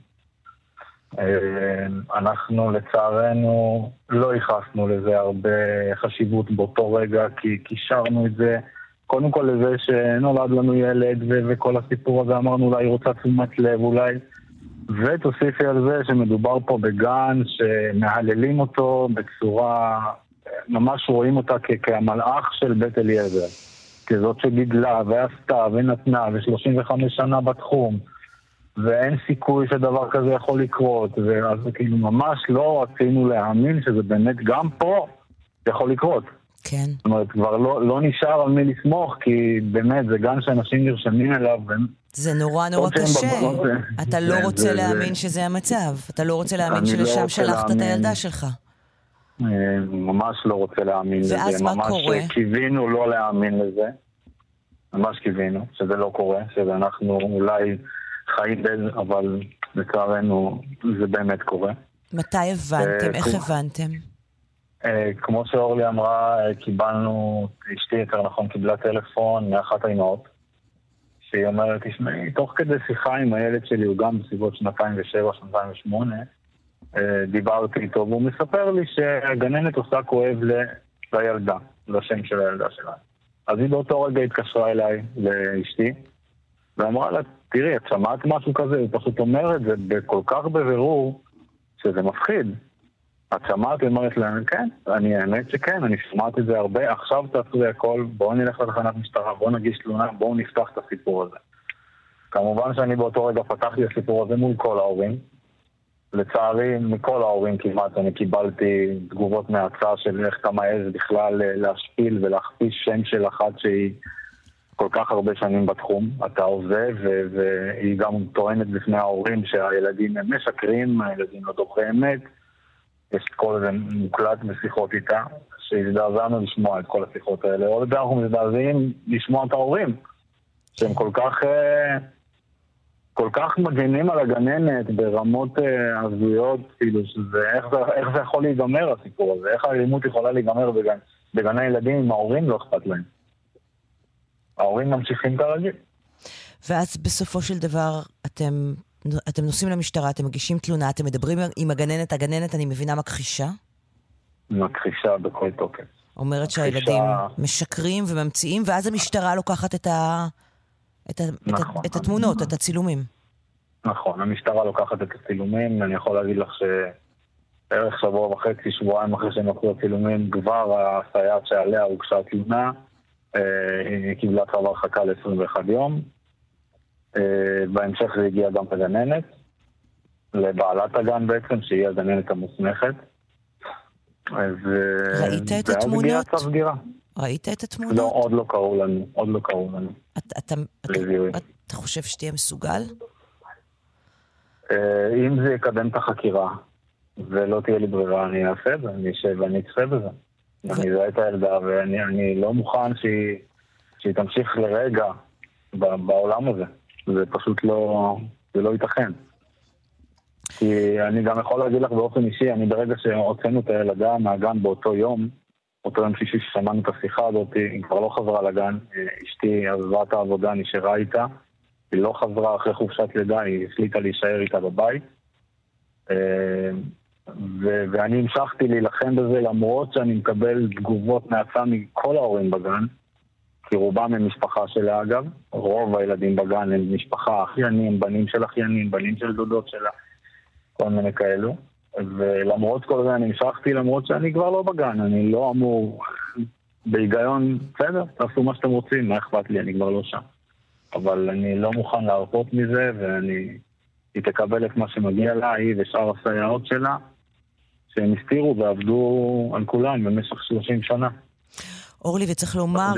אנחנו לצערנו לא ייחסנו לזה הרבה חשיבות באותו רגע, כי קישרנו את זה קודם כל לזה שנולד לנו ילד וכל הסיפור הזה, אמרנו אולי רוצה תשומת לב אולי, ותוסיפי על זה שמדובר פה בגן שמהללים אותו בצורה, ממש רואים אותה כמלאך של בית אליעזר, כזאת שגידלה ועשתה ונתנה ו35 שנה בתחום, ואין סיכוי שדבר כזה יכול לקרות, ואז כאילו ממש לא רצינו להאמין שזה באמת גם פה יכול לקרות. כן. זאת אומרת, כבר לא נשאר על מי לסמוך, כי באמת זה גן שאנשים נרשמים אליו. זה נורא נורא קשה. אתה לא רוצה להאמין שזה המצב. אתה לא רוצה להאמין שלשם שלחת את הילדה שלך. ממש לא רוצה להאמין לזה. ואז מה קורה? ממש קיווינו לא להאמין לזה. ממש קיווינו שזה לא קורה, שאנחנו אולי חיים בזה, אבל לצערנו זה באמת קורה. מתי הבנתם? איך הבנתם? כמו שאורלי אמרה, קיבלנו, אשתי יותר נכון קיבלה טלפון מאחת האימהות, שהיא אומרת, תשמעי, תוך כדי שיחה עם הילד שלי, הוא גם בסביבות 2007-2008, דיברתי איתו, והוא מספר לי שהגננת עושה כואב לילדה, לשם של הילדה שלה. אז היא באותו רגע התקשרה אליי, לאשתי, ואמרה לה, תראי, את שמעת משהו כזה? הוא פשוט אומר את זה בכל כך בבירור, שזה מפחיד. את שמעת, אמרת להם, כן, האמת שכן, אני שמעת את זה הרבה, עכשיו תעשו הכל, בואו נלך לתחנת משטרה, בואו נגיש תלונה, בואו נפתח את הסיפור הזה. כמובן שאני באותו רגע פתחתי את הסיפור הזה מול כל ההורים. לצערי, מכל ההורים כמעט, אני קיבלתי תגובות מהצעה של איך אתה מעז בכלל להשפיל ולהכפיש שם של אחת שהיא כל כך הרבה שנים בתחום. אתה עוזב, והיא גם טוענת בפני ההורים שהילדים הם משקרים, הילדים לא דוברי אמת. יש את כל זה מוקלט בשיחות איתה, שהזדעזענו לשמוע את כל השיחות האלה. עוד אנחנו מזדעזעים לשמוע את ההורים, שהם כל כך מגנים על הגננת ברמות הזויות, כאילו איך זה יכול להיגמר הסיפור הזה? איך האלימות יכולה להיגמר בגני ילדים עם ההורים לא אכפת להם? ההורים ממשיכים כרגיל. ואז בסופו של דבר אתם נוסעים למשטרה, אתם מגישים תלונה, אתם מדברים עם הגננת, אני מבינה מכחישה? מכחישה בכל תוקף. אומרת שהילדים משקרים וממציאים, ואז המשטרה לוקחת את התמונות, את הצילומים. נכון, המשטרה לוקחת את הצילומים, אני יכול להגיד לך בערך שבוע וחצי, שבועיים אחרי שנקחו הצילומים, כבר הסייעת שעליה הוגשה תלונה, היא קיבלה צו הרחקה ל-21 יום, בהמשך זה הגיע גם לגננת, לבעלת הגן בעצם, שהיא הגננת המוסמכת. ראית את התמונות? ראית את התמונות? לא, עוד לא קראו לנו. אתה חושב שתהיה מסוגל? אם זה יקדם את החקירה, ולא תהיה לי ברירה, אני אעשה את זה, אני אשב ואני אצפה בזה. אני אזהה את הילדה, ואני לא מוכן שהיא תמשיך לרגע בעולם הזה. זה פשוט לא ייתכן. כי אני גם יכול להגיד לך באופן אישי, אני ברגע שהוצאנו את הילדה מהגן באותו יום שישי ששמענו את השיחה הזאת, היא כבר לא חזרה לגן, אשתי עזבה את העבודה, נשארה איתה, היא לא חזרה אחרי חופשת לידה, היא החליטה להישאר איתה בבית, ואני המשכתי להילחם בזה למרות שאני מקבל תגובות נאצה מכל ההורים בגן, כי רובם הם משפחה שלה אגב, רוב הילדים בגן הם משפחה, אחיינים, בנים של אחיינים, בנים של דודות שלה, כל מיני כאלו. ולמרות כל זה אני המשכתי, למרות שאני כבר לא בגן, אני לא אמור בהיגיון, בסדר, תעשו מה שאתם רוצים, מה אכפת לי, אני כבר לא שם. אבל אני לא מוכן להרפות מזה, היא תקבל את מה שמגיע לה, היא ושאר הסייעות שלה, שהם הסתירו ועבדו על כולם במשך 30 שנה. אורלי, וצריך לומר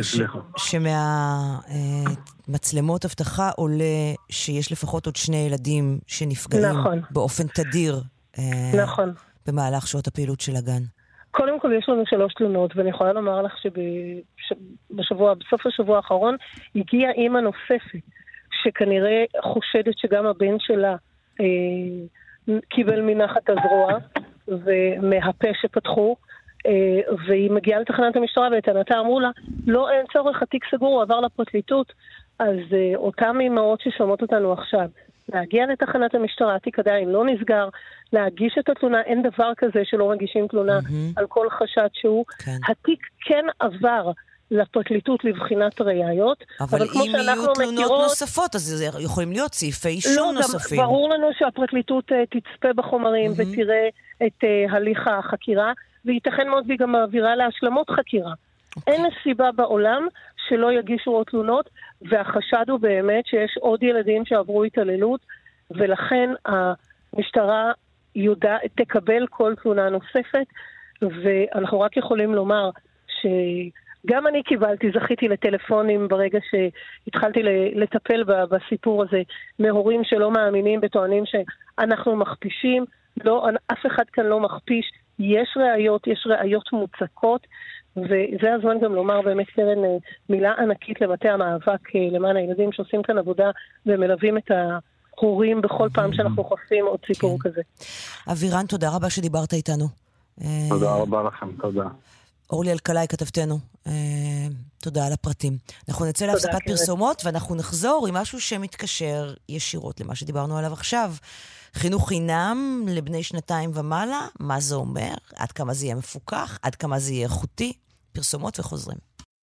שמהמצלמות הבטחה עולה שיש לפחות עוד 2 ילדים שנפגעים באופן תדיר. נכון. במהלך שעות הפעילות של הגן. קודם כל יש לנו 3 תלונות, ואני יכולה לומר לך בסוף השבוע האחרון הגיעה אימא נוספת, שכנראה חושדת שגם הבן שלה קיבל מנחת הזרוע, ומהפה שפתחו, והיא מגיעה לתחנת המשטרה, ולטענתה אמרו לה, לא, אין צורך, התיק סגור, הוא עבר לפרקליטות. אז אותם אימהות ששומעות אותנו עכשיו, להגיע לתחנת המשטרה, התיק עדיין לא נסגר, להגיש את התלונה, אין דבר כזה שלא מגישים תלונה על כל חשד שהוא. התיק כן עבר לפרקליטות לבחינת ראיות, אבל אם יהיו תלונות נוספות, אז יכולים להיות סעיפי אישום נוספים. ברור לנו שהפרקליטות תצפה בחומרים ותראה את הליך החקירה, וייתכן מאוד והיא גם מעבירה להשלמות חקירה. אין סיבה בעולם שלא יגישו עוד תלונות, והחשד הוא באמת שיש עוד ילדים שעברו התעללות, ולכן המשטרה תקבל כל תלונה נוספת, ואנחנו רק יכולים לומר שגם אני זכיתי לטלפונים ברגע שהתחלתי לטפל בסיפור הזה, מהורים שלא מאמינים וטוענים שאנחנו מכפישים, לא, אף אחד כאן לא מכפיש, יש ראיות מוצקות, וזה הזמן גם לומר באמת קרן מילה ענקית למטה המאבק למען הילדים שעושים כאן עבודה ומלווים את ההורים בכל פעם שאנחנו חושפים עוד סיפור כזה. אבירן, תודה רבה שדיברת איתנו. תודה רבה לכם, תודה. אורלי אלקלעי, כתבתנו, תודה על הפרטים. אנחנו נצא להפסקת פרסומות ואנחנו נחזור עם משהו שמתקשר ישירות למה שדיברנו עליו עכשיו. חינוך חינם לבני 2 ומעלה, מה זה אומר? עד כמה זה יהיה מפוקח? עד כמה זה יהיה איכותי? פרסומות וחוזרים.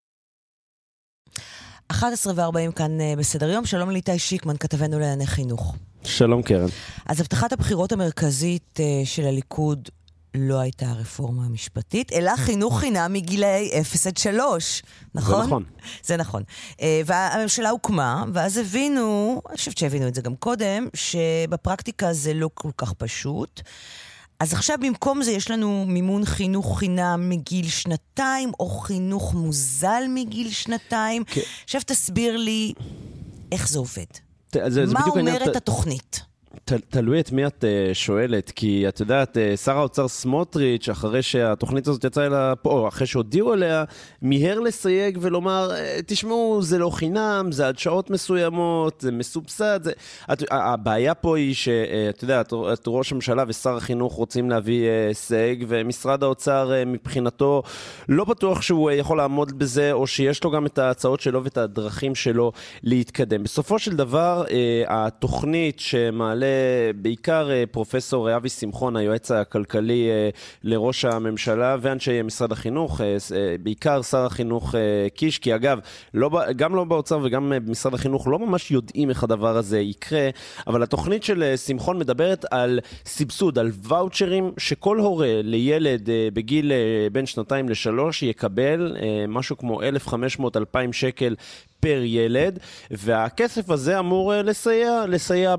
11:40 כאן בסדר יום. שלום ליטאי שיקמן, כתבנו לענייני חינוך. שלום קרן. אז הבטחת הבחירות המרכזית של הליכוד לא הייתה הרפורמה המשפטית, אלא חינוך חינם מגילאי 0 עד 3. נכון? זה נכון. זה נכון. והממשלה הוקמה, ואז הבינו, אני חושבת שהבינו את זה גם קודם, שבפרקטיקה זה לא כל כך פשוט. אז עכשיו במקום זה יש לנו מימון חינוך חינם מגיל 2, או חינוך מוזל מגיל 2. כן. עכשיו תסביר לי איך זה עובד. מה אומרת התוכנית? תלוי את מי את שואלת, כי את יודעת, שר האוצר סמוטריץ', אחרי שהתוכנית הזאת יצאה אליה פה, אחרי שהודיעו עליה, מיהר לסייג ולומר, תשמעו, זה לא חינם, זה עד שעות מסוימות, זה מסובסד. הבעיה פה היא שאת יודעת, ראש הממשלה ושר החינוך רוצים להביא סייג, ומשרד האוצר מבחינתו לא בטוח שהוא יכול לעמוד בזה, או שיש לו גם את ההצעות שלו ואת הדרכים שלו להתקדם. בסופו של דבר, התוכנית שמעלה בעיקר פרופסור אבי שמחון, היועץ הכלכלי לראש הממשלה ואנשי משרד החינוך, בעיקר שר החינוך קיש, כי אגב, גם לא באוצר וגם במשרד החינוך לא ממש יודעים איך הדבר הזה יקרה, אבל התוכנית של שמחון מדברת על סבסוד, על ואוצ'רים שכל הורה לילד בגיל בין 2 ל-3 יקבל משהו כמו 1,500-2,000 שקל פר ילד, והכסף הזה אמור לסייע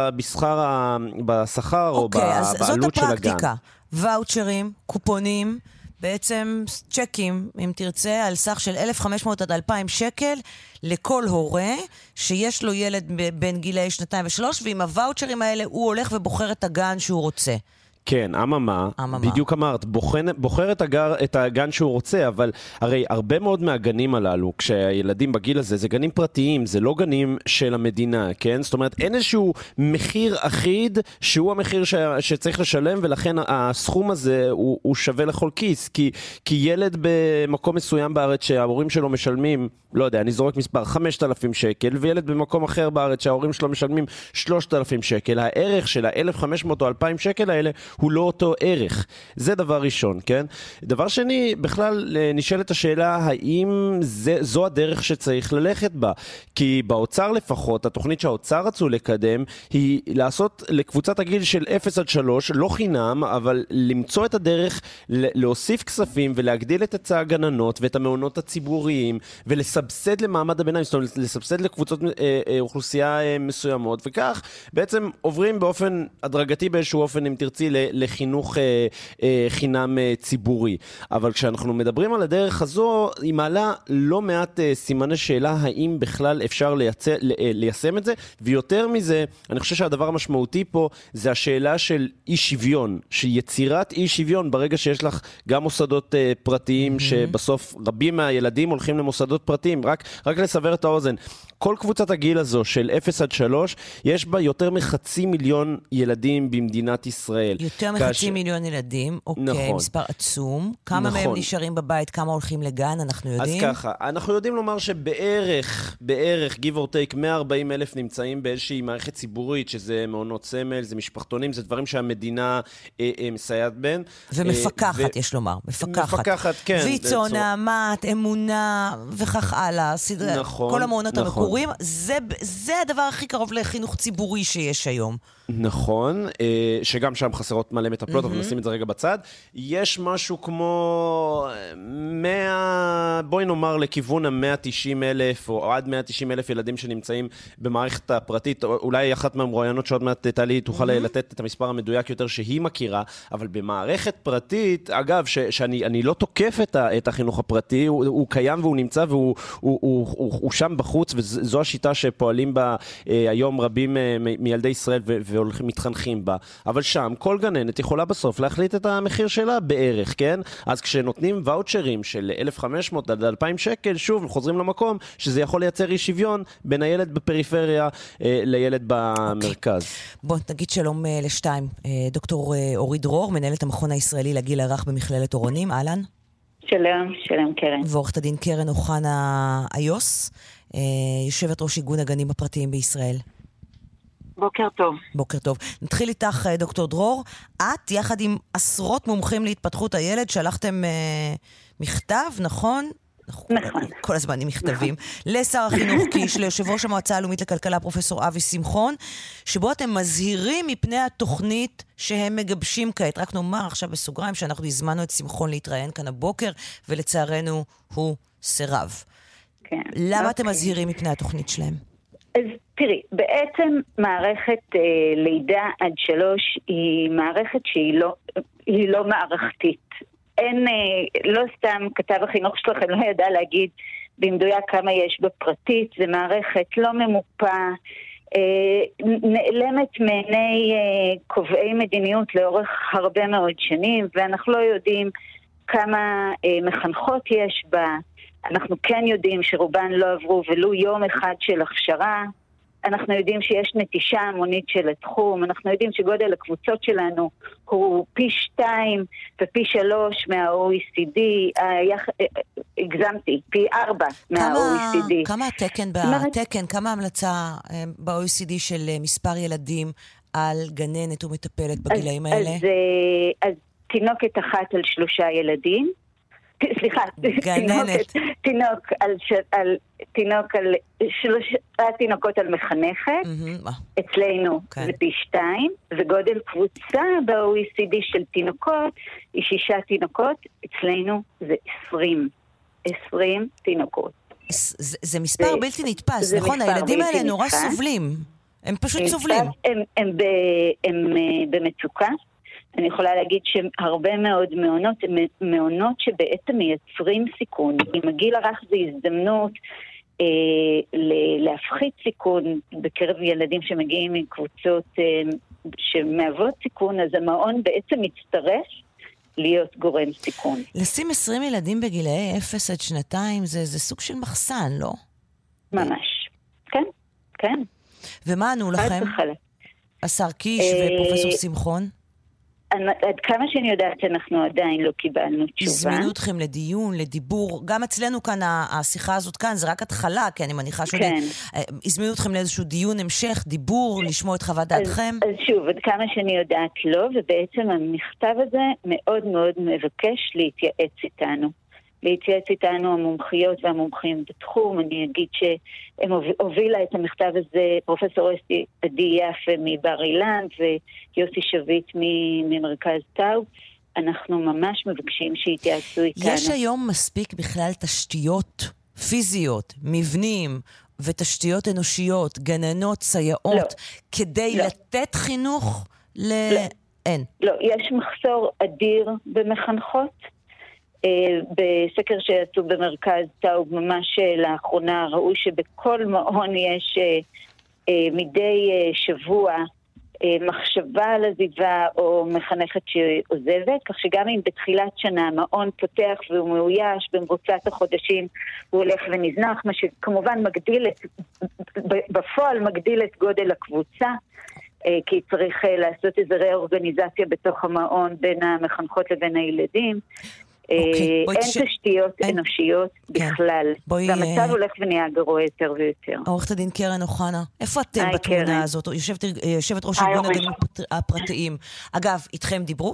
בשכר או בעלות של הגן. אז זאת הפרקטיקה. ואוצ'רים, קופונים, בעצם צ'קים, אם תרצה, על סך של 1,500 עד 2,000 שקל לכל הורה שיש לו ילד בין גילאי 2 ו-3, ועם הוואוצ'רים האלה הוא הולך ובוחר את הגן שהוא רוצה. כן, אממה, בדיוק אמרת, בוחר את הגן שהוא רוצה, אבל הרי הרבה מאוד מהגנים הללו, כשהילדים בגיל הזה, זה גנים פרטיים, זה לא גנים של המדינה, כן? זאת אומרת, אין איזשהו מחיר אחיד, שהוא המחיר שצריך לשלם, ולכן הסכום הזה הוא שווה לכל כיס, כי ילד במקום מסוים בארץ שההורים שלו משלמים, לא יודע, אני זורק מספר 5,000 שקל, וילד במקום אחר בארץ שההורים שלו משלמים 3,000 שקל, הערך של ה-1,500 או 2,000 שקל האלה, הוא לא אותו ערך. זה דבר ראשון, כן? דבר שני, בכלל נשאלת השאלה, האם זו הדרך שצריך ללכת בה? כי באוצר לפחות, התוכנית שהאוצר רצו לקדם, היא לעשות לקבוצת הגיל של 0 עד 3, לא חינם, אבל למצוא את הדרך להוסיף כספים ולהגדיל את היצע הגננות ואת המעונות הציבוריים, ולסבסד למעמד הביניים, זאת אומרת, לסבסד לקבוצות אוכלוסייה מסוימות, וכך בעצם עוברים באופן הדרגתי באיזשהו אופן, אם תרצי, לחינוך חינם ציבורי. אבל כשאנחנו מדברים על הדרך הזו, היא מעלה לא מעט סימני שאלה, האם בכלל אפשר ליישם את זה, ויותר מזה, אני חושב שהדבר המשמעותי פה, זה השאלה של אי שוויון, שיצירת אי שוויון, ברגע שיש לך גם מוסדות פרטיים, שבסוף רבים מהילדים הולכים למוסדות פרטיים, רק לסבר את האוזן, כל קבוצת הגיל הזו של 0 עד 3, יש בה יותר מ500,000 ילדים במדינת ישראל. יותר מ500,000 ילדים, אוקיי, נכון. מספר עצום. כמה נכון. מהם נשארים בבית, כמה הולכים לגן, אנחנו יודעים? אז ככה, אנחנו יודעים לומר שבערך, give or take, 140,000 נמצאים באיזושהי מערכת ציבורית, שזה מעונות סמל, זה משפחתונים, זה דברים שהמדינה מסייעת בין. ומפקחת, יש לומר, מפקחת, כן. ויצו, נעמת, אמונה, וכך הלאה, נכון, כל המעונות המקוריים, זה הדבר הכי קרוב לחינוך ציבורי שיש היום. נכון, שגם שם חסרות מלא מטפלות, אבל נשים את זה רגע בצד. יש משהו כמו 100, בואי נאמר לכיוון ה-190,000 או עד 190,000 ילדים שנמצאים במערכת הפרטית, אולי אחת מהמרואיינות שעוד מעט טלי תוכל לתת את המספר המדויק יותר שהיא מכירה, אבל במערכת פרטית, אגב, שאני לא תוקף את החינוך הפרטי, הוא קיים והוא נמצא והוא שם בחוץ, וזו השיטה שפועלים בה היום רבים מילדי ישראל ומתחנכים בה, אבל שם כל גננת יכולה בסוף להחליט את המחיר שלה בערך, כן? אז כשנותנים ואוצ'רים של 1,500 עד 2,000 שקל, שוב חוזרים למקום שזה יכול לייצר אי שוויון בין הילד בפריפריה לילד במרכז. בוא נגיד שלום לשתיים. דוקטור אורי דרור, מנהלת המכון הישראלי לגיל הרך במכללת אורנים, אהלן. שלום קרן. ועורכת הדין קרן אוחנה איוס, יושבת ראש איגוד הגנים הפרטיים בישראל. בוקר טוב. בוקר טוב. נתחיל איתך, דוקטור דרור. את, יחד עם עשרות מומחים להתפתחות הילד, שלחתם מכתב, נכון? נכון. כל הזמן עם מכתבים. לשר החינוך קיש, ליושב ראש המועצה הלאומית לכלכלה, פרופסור אבי שמחון, שבו אתם מזהירים מפני התוכנית שהם מגבשים כעת. רק נאמר עכשיו בסוגריים שאנחנו הזמנו את שמחון להתראיין כאן הבוקר, ולצערנו הוא סירב. כן. למה אתם מזהירים מפני התוכנית שלהם? אז תראי, בעצם מערכת לידה עד 3 היא מערכת שהיא לא מערכתית. לא סתם כתב החינוך שלכם לא ידע להגיד במדויק כמה יש בפרטית, זה מערכת לא ממופה, נעלמת מעיני קובעי מדיניות לאורך הרבה מאוד שנים, ואנחנו לא יודעים כמה מחנכות יש בה. אנחנו כן יודעים שרובן לא עברו ולו יום אחד של הכשרה, אנחנו יודעים שיש נטישה המונית של התחום, אנחנו יודעים שגודל הקבוצות שלנו הוא פי 2 ופי 3 מה-OECD, הגזמתי, פי 4 מה-OECD. כמה התקן, כמה המלצה ב-OECD של מספר ילדים על גננת ומטפלת בגילאים האלה? אז תינוקת אחת על 3 ילדים, סליחה, תינוק על 3 תינוקות על מחנכת, אצלנו זה פי 2, וגודל קבוצה ב-OECD של תינוקות היא 6 תינוקות, אצלנו זה 20 תינוקות. זה מספר בלתי נתפס, נכון? הילדים האלה נורא סובלים, הם פשוט סובלים. הם במצוקה. אני יכולה להגיד שהרבה מאוד מעונות שבעצם מייצרים סיכון. עם הגיל הרך זה הזדמנות להפחית סיכון בקרב ילדים שמגיעים מקבוצות שמהוות סיכון, אז המעון בעצם מצטרף להיות גורם סיכון. לשים 20 ילדים בגילאי 0 עד 2 זה סוג של מחסן, לא? ממש. כן, כן. ומה ענו לכם? השר קיש ופרופסור שמחון? עד כמה שאני יודעת, אנחנו עדיין לא קיבלנו תשובה. הזמינו אתכם לדיון, לדיבור. גם אצלנו כאן, השיחה הזאת כאן, זה רק התחלה, כי אני מניחה שעוד... הזמינו אתכם לאיזשהו דיון המשך, דיבור, לשמוע את חוות דעתכם. אז שוב, עד כמה שאני יודעת לא, ובעצם המכתב הזה מאוד מאוד מבקש להתייעץ איתנו המומחיות והמומחים בתחום. אני אגיד שהם הובילה את המכתב הזה פרופסור עדי יפה מבר אילן ויוסי שביט ממרכז טאו. אנחנו ממש מבקשים שיתייעצו איתנו. יש היום מספיק בכלל תשתיות פיזיות, מבנים ותשתיות אנושיות, גננות, סייעות, כדי לתת חינוך אין. לא, יש מחסור אדיר במחנכות. בסקר שיצאו במרכז טאו ממש לאחרונה ראו שבכל מעון יש מדי שבוע מחשבה על עזיבה או מחנכת שעוזבת, כך שגם אם בתחילת שנה המעון פותח והוא מאויש במרוצת החודשים הוא הולך ונזנח, מה שכמובן בפועל מגדיל את גודל הקבוצה, כי צריך לעשות איזו ראורגניזציה בתוך המעון בין המחנכות לבין הילדים. אין תשתיות אנושיות בכלל, והמצב הולך ונהיה גרוע יותר ויותר. עורכת הדין קרן אוחנה, איפה אתם בתמונה הזאת? יושבת ראש ארגון הגנים הפרטיים. אגב, איתכם דיברו?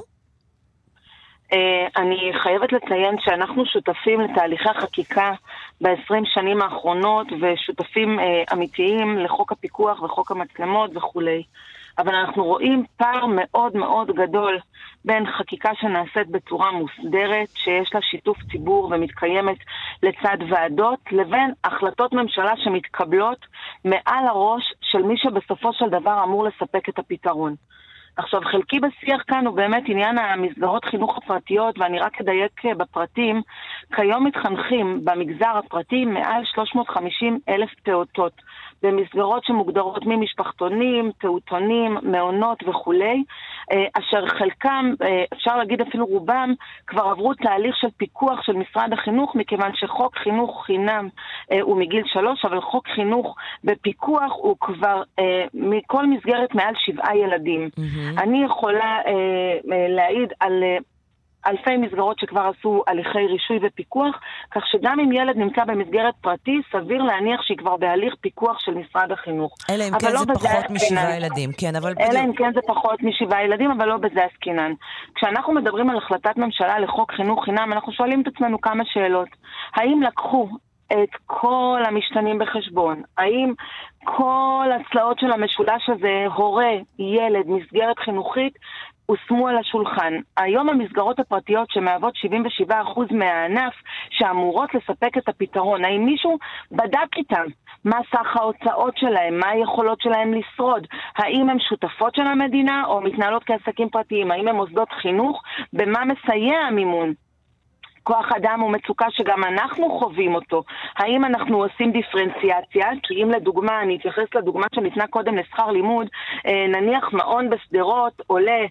אני חייבת לציין שאנחנו שותפים לתהליכי החקיקה ב-20 שנים האחרונות, ושותפים אמיתיים לחוק הפיקוח וחוק המצלמות וכולי. אבל אנחנו רואים פער מאוד מאוד גדול בין חקיקה שנעשית בצורה מוסדרת, שיש לה שיתוף ציבור ומתקיימת לצד ועדות, לבין החלטות ממשלה שמתקבלות מעל הראש של מי שבסופו של דבר אמור לספק את הפתרון. עכשיו, חלקי בשיח כאן הוא באמת עניין המסגרות חינוך הפרטיות, ואני רק אדייק בפרטים. כיום מתחנכים במגזר הפרטי מעל 350,000 פעוטות, במסגרות שמוגדרות ממשפחתונים, פעוטונים, מעונות וכולי, אשר חלקם, אפשר להגיד אפילו רובם, כבר עברו תהליך של פיקוח של משרד החינוך, מכיוון שחוק חינוך חינם הוא מגיל 3, אבל חוק חינוך בפיקוח הוא כבר מכל מסגרת מעל 7 ילדים. אני יכולה להעיד על אלפי מסגרות שכבר עשו הליכי רישוי ופיקוח, כך שגם אם ילד נמצא במסגרת פרטי, סביר להניח שהיא כבר בהליך פיקוח של משרד החינוך. אלא אם כן זה פחות מ7 ילדים, כן, אבל... אלא אם כן זה פחות מ7 ילדים, אבל לא בזה עסקינן. כשאנחנו מדברים על החלטת ממשלה לחוק חינוך חינם, אנחנו שואלים את עצמנו כמה שאלות. האם לקחו את כל המשתנים בחשבון? האם כל הצלעות של המשולש הזה, הורה, ילד, מסגרת חינוכית, הושמו על השולחן? היום המסגרות הפרטיות שמהוות 77% מהענף שאמורות לספק את הפתרון, האם מישהו בדק איתם מה סך ההוצאות שלהם, מה היכולות שלהם לשרוד? האם הם שותפות של המדינה או מתנהלות כעסקים פרטיים? האם הם מוסדות חינוך? במה מסייע המימון? כוח אדם הוא מצוקה שגם אנחנו חווים אותו. האם אנחנו עושים דיפרנציאציה? כי אם לדוגמה, אני אתייחס לדוגמה שניתנה קודם לשכר לימוד, נניח מעון בסדרות עולה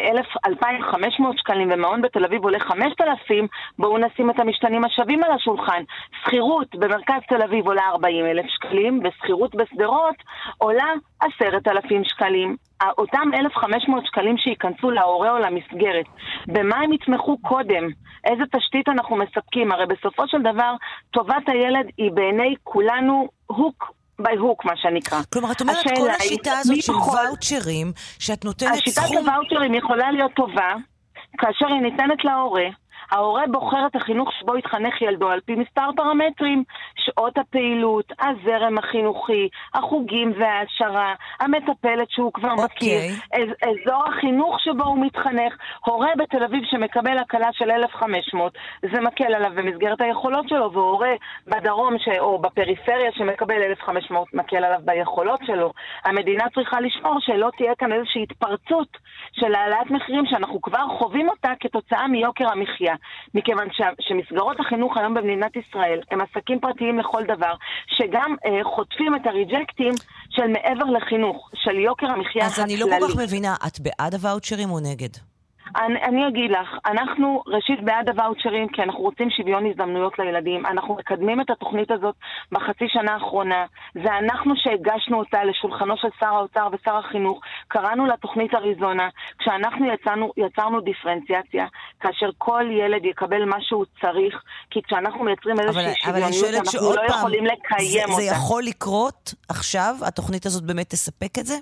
2,500 שקלים ומעון בתל אביב עולה 5,000, בואו נשים את המשתנים השווים על השולחן. שכירות במרכז תל אביב עולה 40,000 שקלים, ושכירות בסדרות עולה 10,000 שקלים. אותם 1,500 שקלים שיכנסו להורה או למסגרת, במה הם יתמכו קודם? איזה תשתית אנחנו מספקים? הרי בסופו של דבר, טובת הילד היא בעיני כולנו הוק ביי הוק, מה שנקרא. כלומר, את אומרת, כל השיטה הזאת של ואוצ'רים, שאת נותנת השיטה סכום... של ואוצ'רים יכולה להיות טובה, כאשר היא ניתנת להורה, ההורה בוחר את החינוך שבו יתחנך ילדו על פי מספר פרמטרים, שעות הפעילות, הזרם החינוכי, החוגים וההשערה, המטפלת שהוא כבר מכיר, אזור החינוך שבו הוא מתחנך. הורה בתל אביב שמקבל הקלה של 1,500, זה מקל עליו במסגרת היכולות שלו, והורה בדרום או בפריפריה שמקבל 1,500 מקל עליו ביכולות שלו. המדינה צריכה לשמור שלא תהיה כאן איזושהי התפרצות של העלאת מחירים שאנחנו כבר חווים אותה כתוצאה מיוקר המחיה. מכיוון שמסגרות החינוך היום במדינת ישראל הם עסקים פרטיים לכל דבר, שגם חוטפים את הריג'קטים של מעבר לחינוך, של יוקר המחיה הכללי. אז אני לא כל כך מבינה, את בעד הוואוצ'רים או נגד? אני אגיד לך, אנחנו ראשית בעד הוואוצ'רים כי אנחנו רוצים שוויון הזדמנויות לילדים. אנחנו מקדמים את התוכנית הזאת בחצי שנה האחרונה. זה אנחנו שהגשנו אותה לשולחנו של שר האוצר ושר החינוך. קראנו לתוכנית אריזונה, כשאנחנו יצרנו דיפרנציאציה, כאשר כל ילד יקבל מה שהוא צריך, כי כשאנחנו מייצרים איזושהי שוויוניות, אנחנו לא יכולים לקיים אותה. זה יכול לקרות עכשיו? התוכנית הזאת באמת תספק את זה?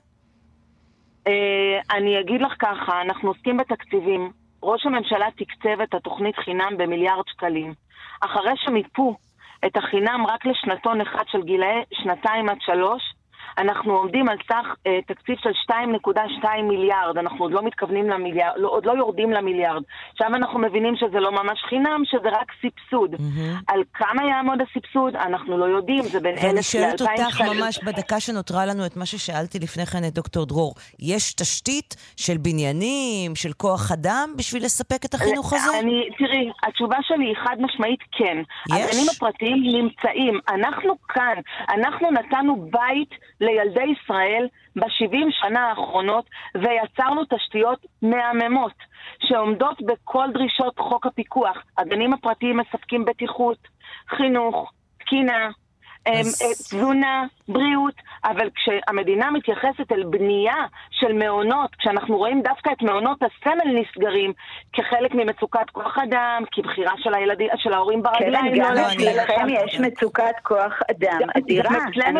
אני אגיד לך ככה, אנחנו עוסקים בתקציבים. ראש הממשלה תקצב את התוכנית חינם במיליארד שקלים. אחרי שמיפו את החינם רק לשנתון אחד של גילאי 2 עד 3, אנחנו עומדים על סך תקציב של 2.2 מיליארד. אנחנו עוד לא מתכוונים למיליארד, עוד לא יורדים למיליארד. עכשיו אנחנו מבינים שזה לא ממש חינם, שזה רק סבסוד. על כמה יעמוד הסבסוד, אנחנו לא יודעים, זה בין 1,000 ל-2,000 שקלים. ואני שואלת אותך ממש בדקה שנותרה לנו את מה ששאלתי לפני כן את דוקטור דרור. יש תשתית של בניינים, של כוח אדם, בשביל לספק את החינוך הזה? תראי, התשובה שלי היא חד משמעית כן. הגנים הפרטיים נמצאים. אנחנו כאן, אנחנו נתנו בית לילדי ישראל ב-70 שנה האחרונות, ויצרנו תשתיות מהממות, שעומדות בכל דרישות חוק הפיקוח. הגנים הפרטיים מספקים בטיחות, חינוך, תקינה, תזונה, בריאות, אבל כשהמדינה מתייחסת אל בנייה של מעונות, כשאנחנו רואים דווקא את מעונות הסמל נסגרים כחלק ממצוקת כוח אדם, כבחירה של הילדים, של ההורים ברגליים. גם לכם יש מצוקת כוח אדם אדירה.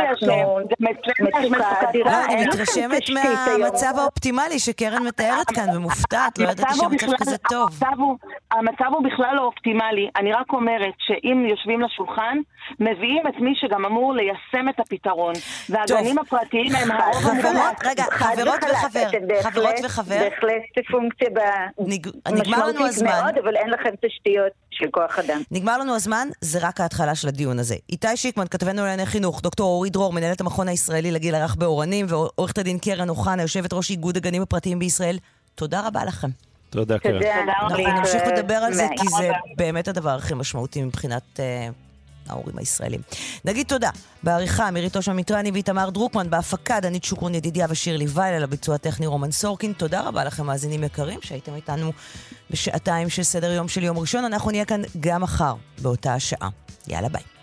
אני מתרשמת מהמצב האופטימלי שקרן מתארת כאן, ומופתעת, לא ידעתי שמצב כזה טוב. המצב הוא בכלל לא אופטימלי. אני רק אומרת שאם יושבים לשולחן, מביאים את מי שגם אמור ליישם את הפתרון. והגנים הפרטיים הם הרוב המוחלט. רגע, חברות וחבר. בהחלט פונקציה משמעותית מאוד, אבל אין לכם תשתיות של כוח אדם. נגמר לנו הזמן, זה רק ההתחלה של הדיון הזה. איתי שיקמן, כתבנו לענייני חינוך, דוקטור אורי דרור, מנהלת המכון הישראלי לגיל הרך באורנים, ועורכת הדין קרן אוחנה, יושבת ראש איגוד הגנים הפרטיים בישראל. תודה רבה לכם. תודה, קרן. אנחנו נמשיך לדבר על זה, כי זה באמת הדבר הכי משמעותי מבחינת ההורים הישראלים. נגיד תודה. בעריכה, מירית אושמן מיטרני ואיתמר דרוקמן, בהפקה דנית שוקרון ידידיה ושירלי וייל, לביצוע הטכני רומן סורקין. תודה רבה לכם מאזינים יקרים שהייתם איתנו בשעתיים של סדר יום של יום ראשון. אנחנו נהיה כאן גם מחר באותה השעה. יאללה ביי.